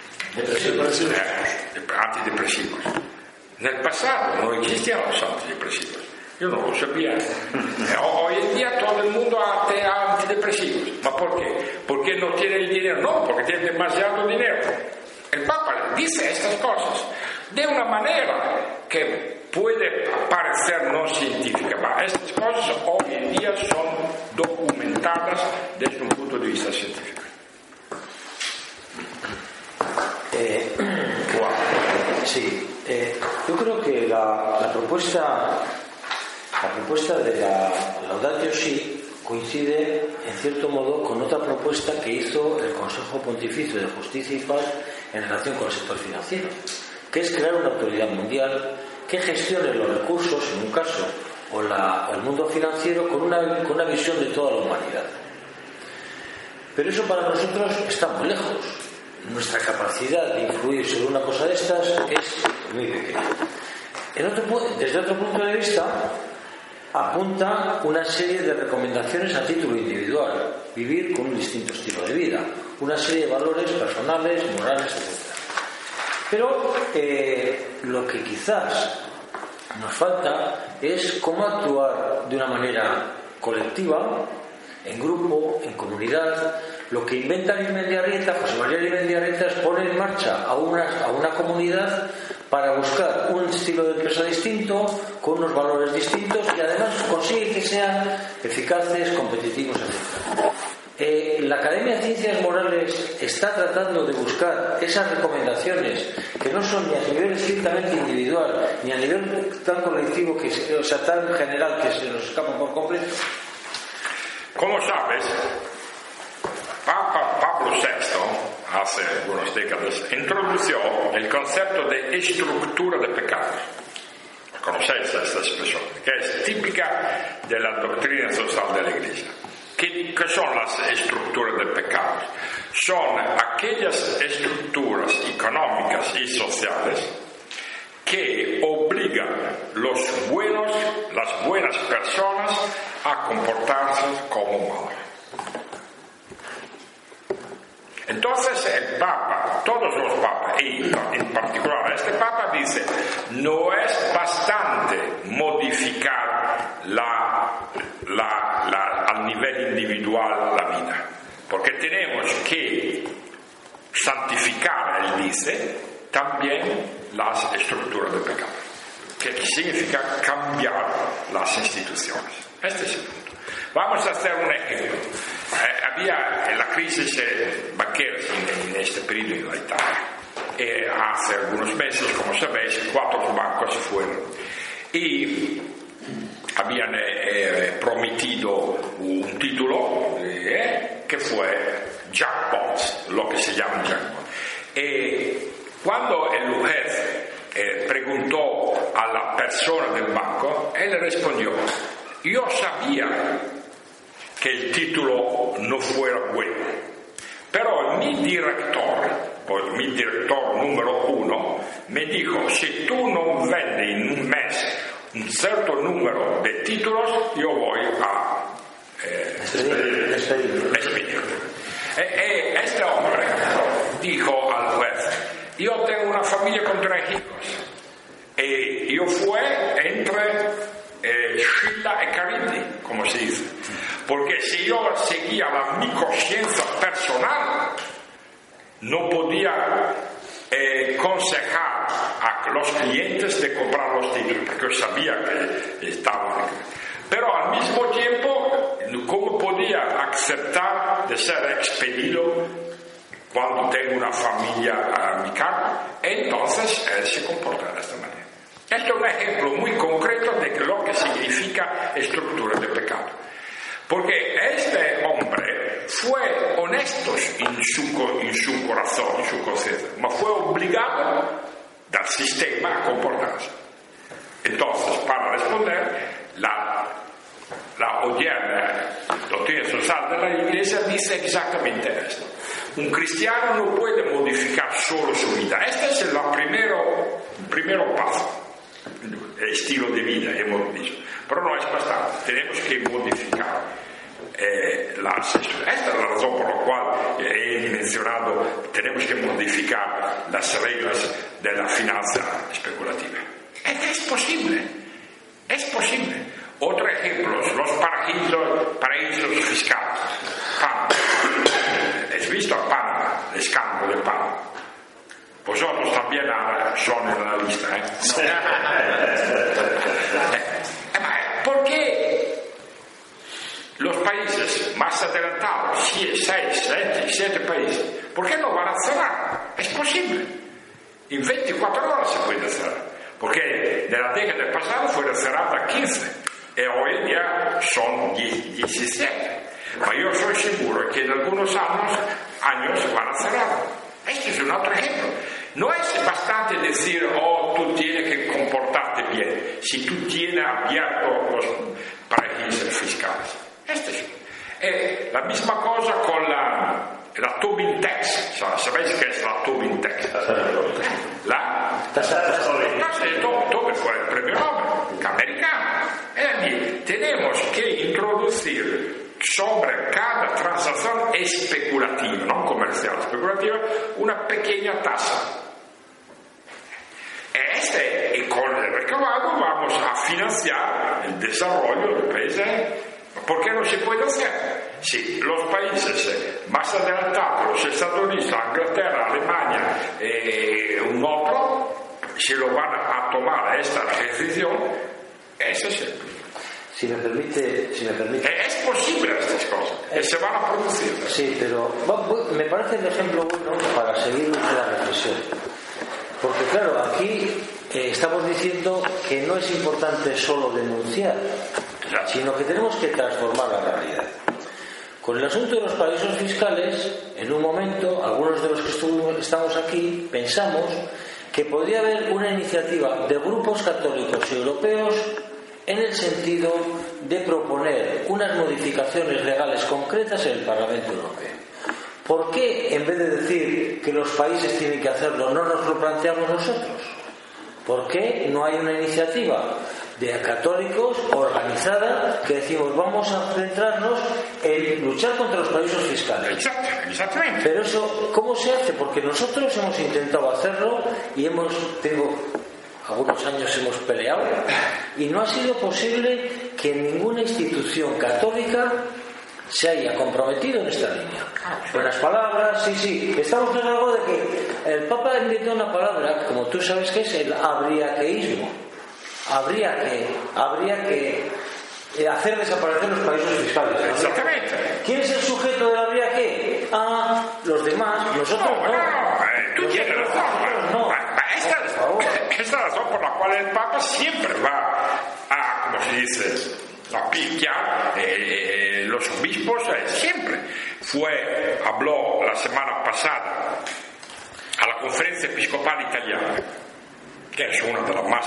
eh, antidepresivos? En el pasado no existían los antidepresivos. Yo no lo sabía. Eh, hoy en día todo el mundo hace antidepresivos. ¿Ma por qué? ¿Porque no tiene el dinero? No, porque tiene demasiado dinero. El Papa dice estas cosas de una manera que puede parecer no científica, pero estas cosas hoy en día son documentadas desde un punto de vista científico. Eh, sí, eh, yo creo que la, la propuesta la propuesta de la Laudatio Si coincide en cierto modo con otra propuesta que hizo el Consejo Pontificio de Justicia y Paz en relación con el sector financiero, que es crear una autoridad mundial que gestione los recursos, en un caso, o la, el mundo financiero con una, con una visión de toda la humanidad. Pero eso para nosotros está muy lejos. Nuestra capacidad de influir sobre una cosa de estas es muy pequeña. En otro, desde otro punto de vista, apunta una serie de recomendaciones a título individual: vivir con un distinto estilo de vida, una serie de valores personales, morales, etcétera. Pero eh, lo que quizás nos falta es cómo actuar de una manera colectiva, en grupo, en comunidad. Lo que inventa Limendiarrieta, José María Limendiarrieta, es poner en marcha a una, a una comunidad para buscar un estilo de empresa distinto, con unos valores distintos, y además consigue que sean eficaces, competitivos, etcétera. Eh, la Academia de Ciencias Morales está tratando de buscar esas recomendaciones que no son ni a nivel estrictamente individual ni a nivel tan colectivo, que, o sea, tan general, que se nos escapa por completo. Como sabes, Papa Pablo sexto, hace algunas décadas, introdujo el concepto de estructura de pecados. Conocéis esta expresión, que es típica de la doctrina social de la Iglesia. ¿Qué, qué son las estructuras de pecados? Son aquellas estructuras económicas y sociales que obligan los buenos, las buenas personas a comportarse como malos. Entonces el Papa, todos los papas, y en particular este Papa, dice: no es bastante modificar la, la, la, al nivel individual la vida, porque tenemos que santificar, él dice, también las estructuras de pecado, que significa cambiar las instituciones. Este es el punto. Vamos a hacer un ejemplo. Eh, había la crisis eh, bancaria en, en este periodo en la Italia. Eh, hace algunos meses, como sabéis, cuatro bancos fueron. Y habían eh, prometido un título eh, que fue jackpot, lo que se llama jackpot. E cuando el juez eh, preguntó a la persona del banco, él respondió: yo sabía que el título no fuera bueno, pero mi director, pues mi director número uno, me dijo: si tú no vendes en un mes un cierto número de títulos, yo voy a eh, despedirte. E, e este hombre dijo al juez: yo tengo una familia con tres hijos, y yo fui entre eh, Scilla e Cariddi, como se dice, porque si yo seguía la, mi conciencia personal, no podía eh, aconsejar a los clientes de comprar los títulos, porque yo sabía que estaban. Pero al mismo tiempo, ¿cómo podía aceptar de ser expedido cuando tengo una familia a mi cargo? Entonces él se comporta de esta manera. Este es un ejemplo muy concreto de lo que significa estructura de pecado. Porque este hombre fue honesto en su, en su corazón, en su conciencia, pero fue obligado del sistema a comportarse. Entonces, para responder, la, la odierna doctrina social de la Iglesia dice exactamente esto. Un cristiano no puede modificar solo su vida. Este es el primero, el primero paso. El estilo de vida, hemos dicho. Pero no es bastante. Tenemos que modificar eh, las estructuras. Esta es la razón por la cual he mencionado, tenemos que modificar las reglas de la finanza especulativa. Es que es posible. Es posible. Otro ejemplo, los paraísos, paraísos fiscales. Panamá. ¿Has visto Panamá? El escándalo de Panamá. Vosotros también son en la lista, ¿eh? ¿Por qué los países más adelantados, seis, siete, siete países, por qué no van a cerrar? Es posible. En veinticuatro horas se puede cerrar. Porque de la década pasada fueron cerradas quince. Y hoy ya son diecisiete. Pero yo soy seguro que en algunos años, años van a cerrar. Este es un otro ejemplo. No es bastante decir: oh, tú tienes que comportarte bien, si tú tienes abiertos los paraísos fiscales. Este es eh, la misma cosa con la, la Tobin Tax. ¿Sabéis qué es la Tobin Tax? La tasa de Tobin fue el premio Nobel americano. Es decir, tenemos que introducir sobre cada transacción especulativa, no comercial, especulativa, una pequeña tasa. otro lado vamos a financiar el desarrollo del país. ¿Por qué no se puede hacer? Si los países más adelantados, los Estados Unidos, Inglaterra, Alemania, eh, un otro, se lo van a tomar esta decisión, eso es el Si me permite, si me permite. Es posible estas cosas, eh, se van a producir. Sí, pero me parece el ejemplo bueno para seguir la reflexión. Porque claro, aquí eh, estamos diciendo que no es importante solo denunciar, sino que tenemos que transformar la realidad. Con el asunto de los paraísos fiscales, en un momento, algunos de los que estuvimos, estamos aquí, pensamos que podría haber una iniciativa de grupos católicos europeos en el sentido de proponer unas modificaciones legales concretas en el Parlamento Europeo. ¿Por qué, en vez de decir que los países tienen que hacerlo, no nos lo planteamos nosotros? ¿Por qué no hay una iniciativa de católicos organizada que decimos vamos a centrarnos en luchar contra los paraísos fiscales? Exactamente. Pero eso, ¿cómo se hace? Porque nosotros hemos intentado hacerlo y hemos, tengo algunos años hemos peleado y no ha sido posible que ninguna institución católica se haya comprometido en esta línea. Buenas palabras, sí, sí. Estamos en algo de que el Papa inventó una palabra, como tú sabes que es el abriaqueísmo. Habría que, habría que hacer desaparecer los paraísos fiscales. Exactamente. ¿Quién es el sujeto del abriaque? Ah, los demás. Nosotros no. No, no, tú tienes razón. No. Esta, esta es la razón por la cual el Papa siempre va a, como se dice, a picchiar eh, los obispos, eh, siempre. Fue, habló la semana pasada a la Conferencia Episcopal Italiana, que es una de las más.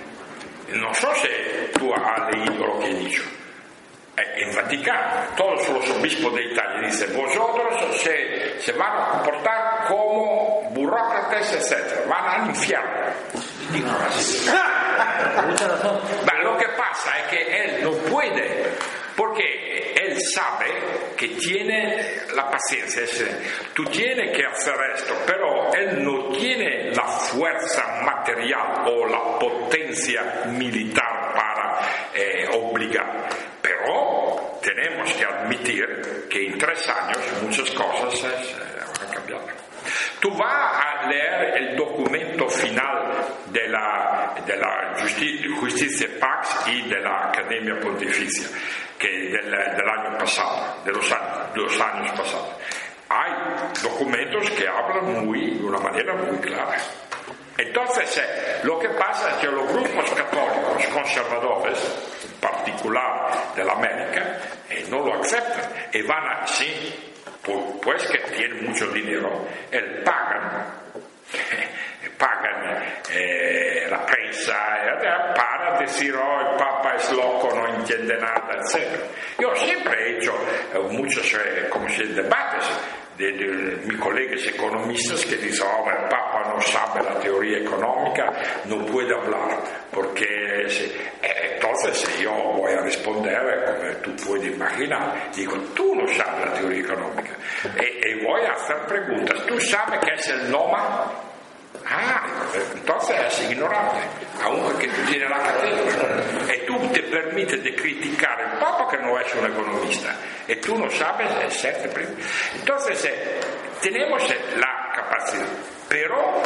No sé si tú has leído lo que he dicho. En Vaticano, todos los obispos de Italia dicen: vosotros se, se van a comportar como burócratas, etcétera, van al infierno. Digo así. Ma lo que pasa es que él no puede, porque él sabe que tiene la paciencia. Tú tienes que hacer esto, pero él no tiene la fuerza material o la potencia militar para eh, obligar. Pero tenemos que admitir que en tres años muchas cosas eh, van a cambiar. Tú vas a leer el documento final de la, de la Justicia, Justicia Pax y de la Academia Pontificia, que del, del año pasado, de los años, de los años pasados. Hay documentos que hablan muy, de una manera muy clara. Entonces, eh, lo que pasa es que los grupos católicos conservadores, en particular de la América, eh, no lo aceptan y van a, sí, pues que tienen mucho dinero, eh, pagan, eh, pagan eh, la prensa eh, para decir: oh, el Papa es loco, no entiende nada, etcétera. Yo siempre he hecho eh, muchos, eh, como se dice, debates de, de, de mis colegas economistas que dicen: oh, el Papa no sabe la teoría económica, no puede hablar, porque eh, entonces yo voy a responder, como tú puedes imaginar, digo: tú no sabes la teoría económica, y, y voy a hacer preguntas. ¿Tú sabes qué es el NOMA? Ah, entonces es ignorante, aunque tú tienes la cátedra. Y tú te permites de criticar el Papa, que no es un economista, y tú no sabes hacerte preguntas. Entonces, eh, tenemos la capacidad, pero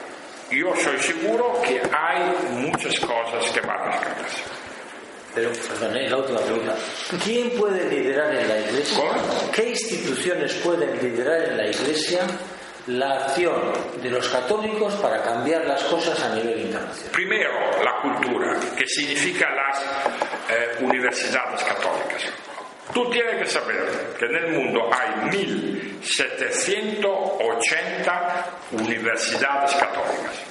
yo soy seguro que hay muchas cosas que van a escaparse. Pero, perdón, la última pregunta. ¿Quién puede liderar en la Iglesia? ¿Cómo? ¿Qué instituciones pueden liderar en la Iglesia la acción de los católicos para cambiar las cosas a nivel internacional? Primero, la cultura, que significa las eh, universidades católicas. Tú tienes que saber que en el mundo hay mil setecientas ochenta universidades católicas.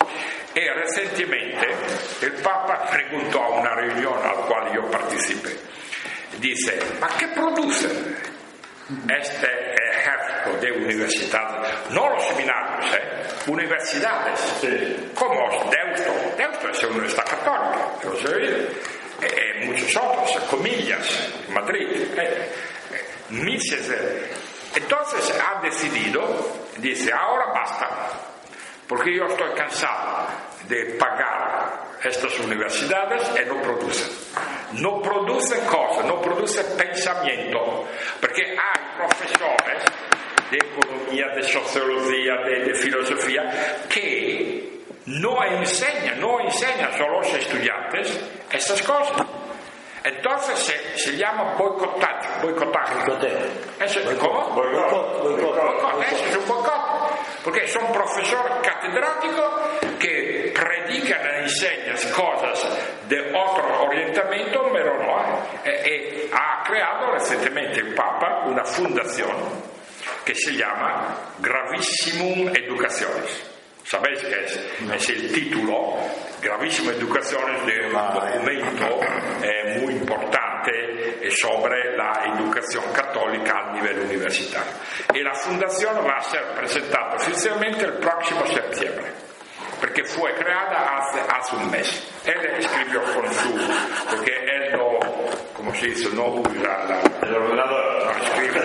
Y recientemente el Papa preguntó a una reunión a la cual yo participé, dice: ¿ma qué producen este ejército de universidades? No los seminarios, ¿eh? Universidades. Sí. Como Deusto. Deusto es una universidad católica, lo sé oído. E, e muchos otros, Comillas, Madrid. Eh, eh, miles de... Entonces ha decidido, dice: ahora basta, porque yo estoy cansado de pagar estas universidades y no producen. No producen cosas, no producen pensamiento, porque hay profesores de economía, de sociología, de, de filosofía, que no enseñan, no enseñan a los estudiantes estas cosas. Entonces se, se llama boicotaje. Boicotaje. Eso, ¿cómo? Boicot, boicot, boicot. Eso es un boicot. Porque son profesores catedráticos que predican e enseñan cosas de otro orientamento, pero no hay. E, e ha creado recientemente el Papa una fundación que se llama Gravissimum Educaciones. ¿Sabéis qué es? Es el título, Gravísimas Educaciones, de un documento eh, muy importante sobre la educación católica a nivel universitario. Y la fundación va a ser presentada oficialmente el próximo septiembre, porque fue creada hace, hace un mes. Él escribió con su, porque él no, como se dice, no usa la, el ordenador, no escribe.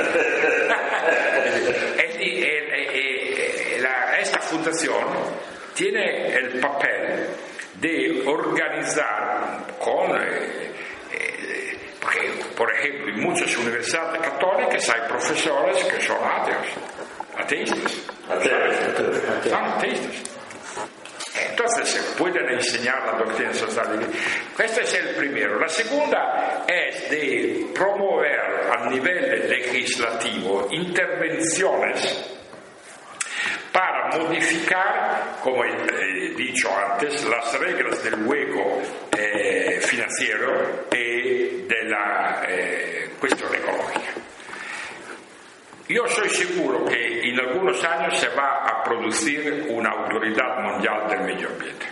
él, él, él, la, esta fundación tiene el papel de organizar con eh, eh, porque, por ejemplo, en muchas universidades católicas hay profesores que son ateos, ateístas, ateos, son ateístas. Entonces se pueden enseñar la doctrina social. Este es el primero. La segunda es de promover a nivel legislativo intervenciones para modificar, como he dicho antes, las reglas del juego eh, financiero y de la eh, cuestión ecológica. Yo soy seguro que en algunos años se va a producir una autoridad mundial del medio ambiente.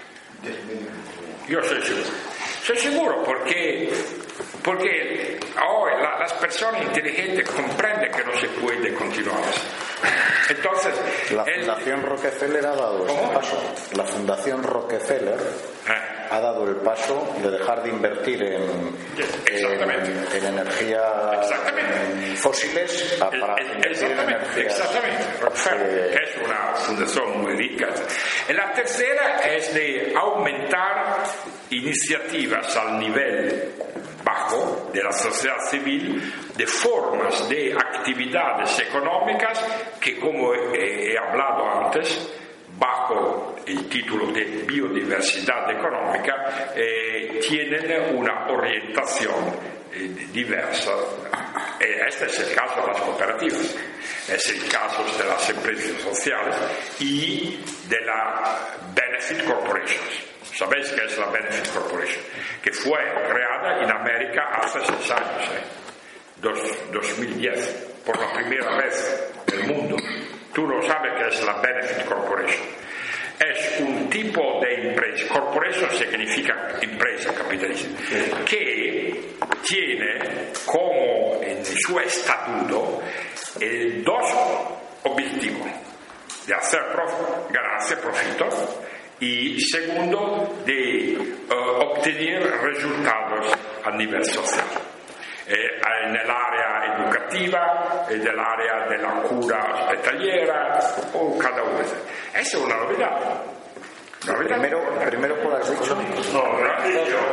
Yo soy seguro. Soy seguro porque, porque hoy la, las personas inteligentes comprenden que no se puede continuar así. Entonces, la Fundación el... Rockefeller ha dado ¿Cómo? el paso. La Fundación Rockefeller ¿Eh? ha dado el paso de dejar de invertir en, en, en energías fósiles a, para el, invertir en energías. Exactamente. Rockefeller Eh, es una fundación muy rica. Y la tercera es de aumentar iniciativas al nivel bajo de la sociedad civil de formas de actividades económicas que, como he, he hablado antes, bajo el título de biodiversidad económica, eh, tienen una orientación eh, diversa. Eh, este es el caso de las cooperativas, es el caso de las empresas sociales y de la Benefit Corporations. ¿Sabéis qué es la Benefit Corporation? Que fue creada en América hace seis años, ¿eh? Dos, dos mil diez, por la primera vez en el mundo. Tú no sabes qué es la Benefit Corporation. Es un tipo de empresa, corporation significa empresa capitalista, que tiene como en su estatuto eh, dos objetivos: de hacer prof, ganancia, profito, y segundo, de uh, obtener resultados a nivel social. Eh, en el área educativa, en el área de la cura hospitaliera, o cada uno. Esa es una novedad. ¿Novedad? Primero, primero ¿cuál has dicho? No, no has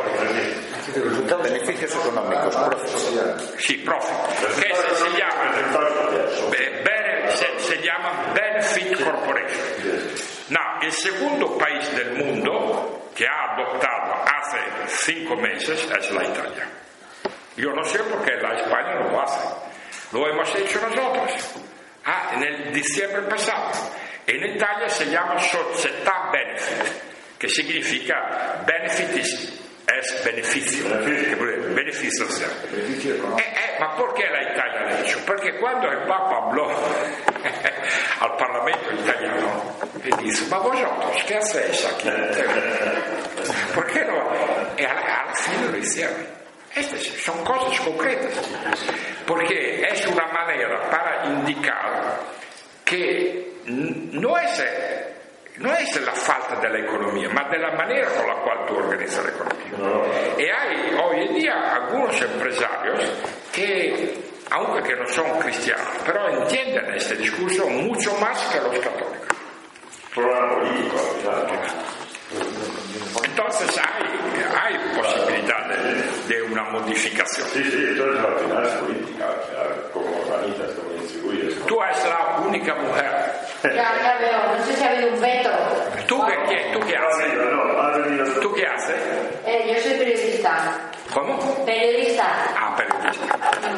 dicho. Beneficios económicos, profit. Sí, profit. Que se, se llama, eh, bene, se, se llama Benefit Corporation. No, el segundo país del mundo que ha adoptado hace cinco meses es la Italia. Yo no sé por qué la España no lo hace. Lo hemos hecho nosotros. Ah, en el diciembre pasado. En Italia se llama Società Benefit, que significa benefit es, es beneficio, beneficio social. Eh, eh, ma perché la Italia l'ha hecho? Perché quando il Papa habló al Parlamento italiano e disse: ma vosotros qué hacéis aquí? ¿Por qué no? E alla, alla fine lo hicieron. Estas son cosas concretas, porque es una manera para indicar que no es, no es la falta de la economía, ma de la manera con la cual tú organizas la economía. Y hay hoy en día algunos empresarios que, aunque que no son cristianos, pero entienden este discurso mucho más que los católicos. Entonces hay posibilidad de, de una modificación. Sí, sí, entonces al final es política, o sea, cómo organizas, cómo distribuyes. Tú eres la única mujer. Ya, ya veo, no sé si ha habido un veto. ¿Tú qué, qué, ¿tú qué No, haces? no, no, ha venido. ¿Tú qué haces? Eh, yo soy periodista. ¿Cómo? Periodista. Ah, periodista.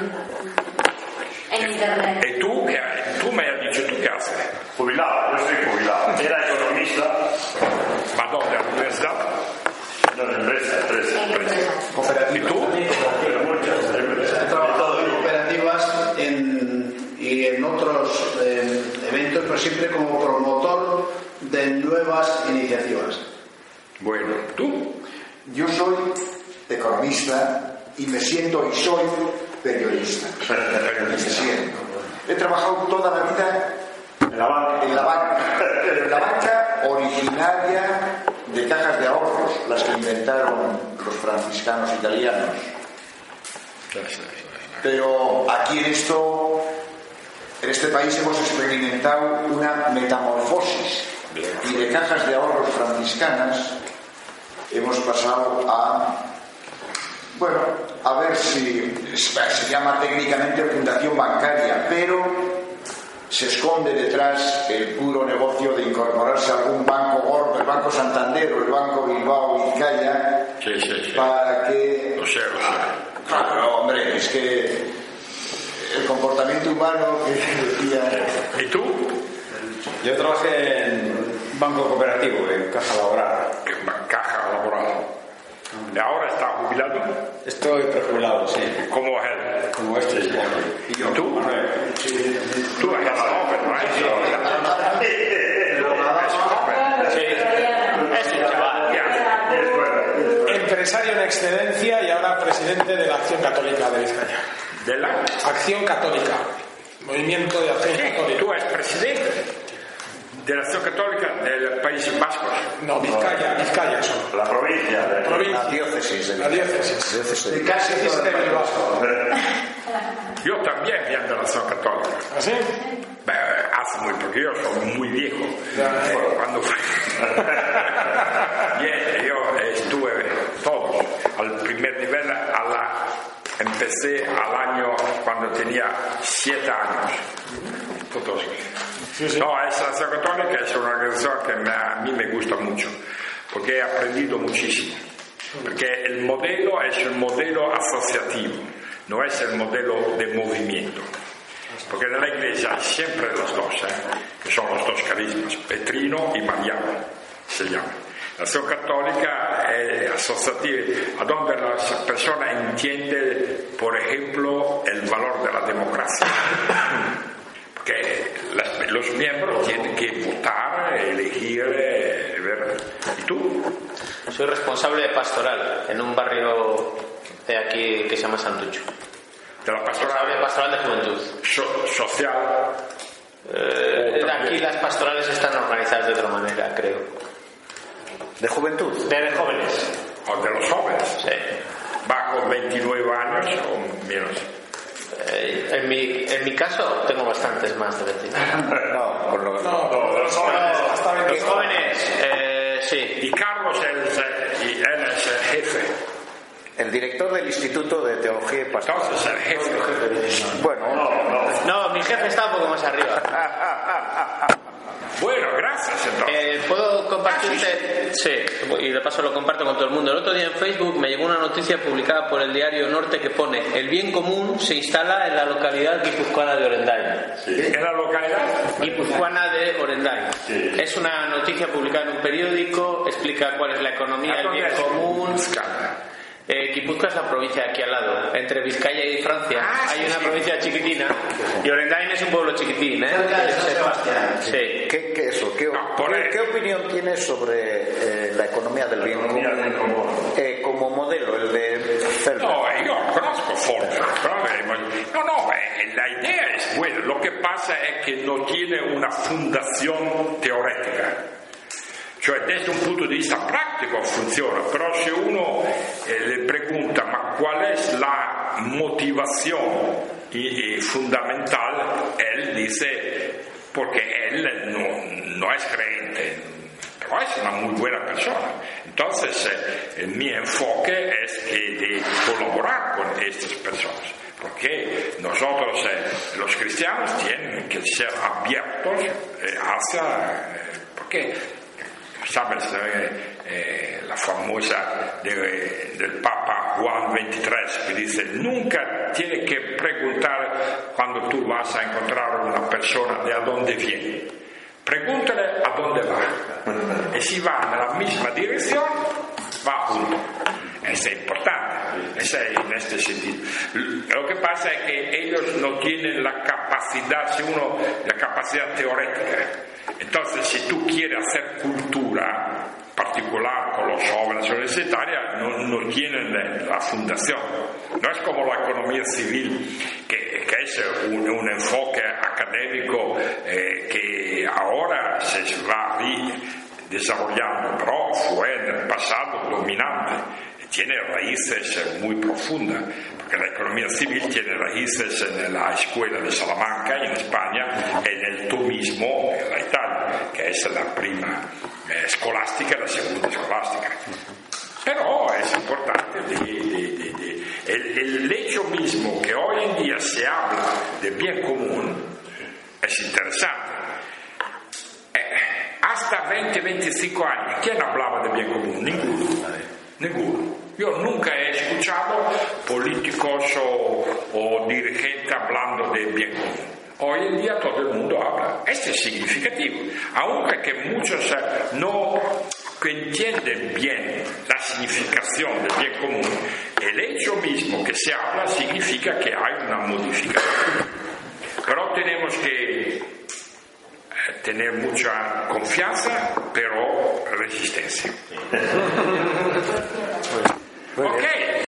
En internet. ¿Y tú qué? Tú me has dicho, ¿tú qué haces? Jubilado, yo soy jubilado. Era economista. ¿Va dónde? ¿A la universidad? No, en empresa, empresa. ¿En qué empresa? ¿Y tú? Pero muchas empresas. He trabajado en cooperativas en, y en otros eh, eventos, pero siempre como promotor de nuevas iniciativas. Bueno, ¿tú? Yo soy economista y me siento y soy periodista. Me siento. He trabajado toda la vida En la banca. en la banca, pero en la banca originaria de cajas de ahorros, las que inventaron los franciscanos italianos. Pero aquí en esto, en este país hemos experimentado una metamorfosis y de cajas de ahorros franciscanas hemos pasado a, bueno, a ver si se llama técnicamente fundación bancaria, pero se esconde detrás el puro negocio de incorporarse a algún banco gordo, el Banco Santander o el Banco Bilbao Vizcaya, Sí, sí, sí. para que... Lo sé, lo sé. Claro, hombre, es que el comportamiento humano que decía... ¿Y tú? Yo trabajé en banco cooperativo, en caja laboral. ¿Qué caja laboral? ¿Y ahora está jubilado? Estoy prejubilado, sí. ¿Cómo es él? Como este, supongo. ¿Y tú? Manuel. Tú eres joven, ¿no? Es joven. Sí, es un chaval. Empresario en excedencia y ahora presidente de la Acción Católica de Vizcaya. ¿De la? Acción Católica, movimiento de Acción Católica. ¿Tú eres presidente de la Acción Católica del País Vasco? No, Vizcaya, Vizcaya solo. La provincia. De... Provincia. La diócesis de La diócesis. diócesis de- De casi Diócesis todo de el país. Bilbao. Yo también vengo de la Acción Católica. ¿Así? Beh, hace muy porque yo soy muy viejo. Cuando fui. Bien, yo estuve todo al primer nivel a la empecé al año cuando tenía siete años. Todos. Sí, sí. No, es la Acción Católica es una organización que me- a mí me gusta mucho porque he aprendido muchísimo. Porque el modelo es el modelo asociativo, no es el modelo de movimiento. Porque en la iglesia hay siempre los dos, ¿eh? Que son los dos carismas, Petrino y Mariano, se llama. La Acción Católica es asociativa, a donde la persona entiende, por ejemplo, el valor de la democracia. Porque las- los miembros tienen que votar, elegir, eh, ver. ¿Y tú? Soy responsable de pastoral en un barrio de aquí que se llama Santucho. De la Responsable pastoral de pastoral de juventud. so- social. Eh, aquí las pastorales están organizadas de otra manera, creo. de juventud. De, de jóvenes. O de los jóvenes. Sí. Va con veintinueve años o menos. Eh, en, mi, en mi caso tengo bastantes más de veintinueve. No, por lo No, los jóvenes, hasta Los veinticinco. jóvenes, eh, sí. Y Carlos es, eh, y él es el jefe. el director del Instituto de Teología y Pastoral. Entonces el jefe. Bueno, No, mi jefe está un poco más arriba. Bueno, gracias entonces. Eh, ¿Puedo compartirte? Sí, y de paso lo comparto con todo el mundo. El otro día en Facebook me llegó una noticia publicada por el Diario Norte que pone: el bien común se instala en la localidad guipuzcoana de Orendain. En la localidad. Guipuzcoana de Orendain. Sí. Es una noticia publicada en un periódico, explica cuál es la economía del bien común. Eh, Guipúzcoa es la provincia de aquí al lado, entre Vizcaya y Francia. Ah, Hay sí, una sí. provincia chiquitina y Orendain es un pueblo chiquitín, ¿eh? Cerca de San Sebastián. Sí. ¿qué, qué eso? ¿Qué, No, por qué- ahí. qué opinión tienes sobre eh, la economía del bien economía del bien común común. eh, como modelo, el de Felber? No, yo conozco Ford. No, no, eh, la idea es buena. Lo que pasa es que no tiene una fundación teórica. Cioè, desde un punto di vista pratico funziona, però se uno eh, le pregunta ma qual es la motivación y, y fundamental, él dice porque él no, no es creyente, pero es una muy buena persona. Entonces, eh, mi enfoque es que de colaborar con estas personas, porque nosotros, eh, los cristianos, tienen que ser abiertos eh, hacia... Eh, porque, ¿sabes? Eh, eh, la famosa de, del Papa Juan veintitrés, que dice, nunca tiene que preguntar cuando tú vas a encontrar a una persona de a dónde viene. Pregúntale a dónde va, y si va nella misma dirección, va junto. Eso es importante, eso es en este sentido. Lo que pasa es que ellos no tienen la capacidad, si uno, la capacidad teórica. Entonces, si tú quieres hacer cultura particular con los jóvenes universitarios, no, no tienen la fundación. No es como la economía civil, que, que es un, un enfoque académico eh, que ahora se va desarrollando, pero fue en el pasado dominante. Tiene raíces muy profundas, porque la economía civil tiene raíces en la escuela de Salamanca, en España, en el tomismo, en la Italia, que es la prima eh, escolástica y la segunda escolástica. Pero es importante de, de, de, de, el, el hecho mismo que hoy en día se habla de bien común es interesante. Eh, hasta veinte veinticinco años, ¿quién hablaba de bien común? Ninguno. Ninguno. Yo nunca he escuchado políticos o, o dirigentes hablando de bien común. Hoy en día todo el mundo habla. Esto es significativo. Aunque que muchos eh, no entienden bien la significación del bien común, el hecho mismo que se habla significa que hay una modificación. Pero tenemos que eh, tener mucha confianza, pero resistencia. Ok.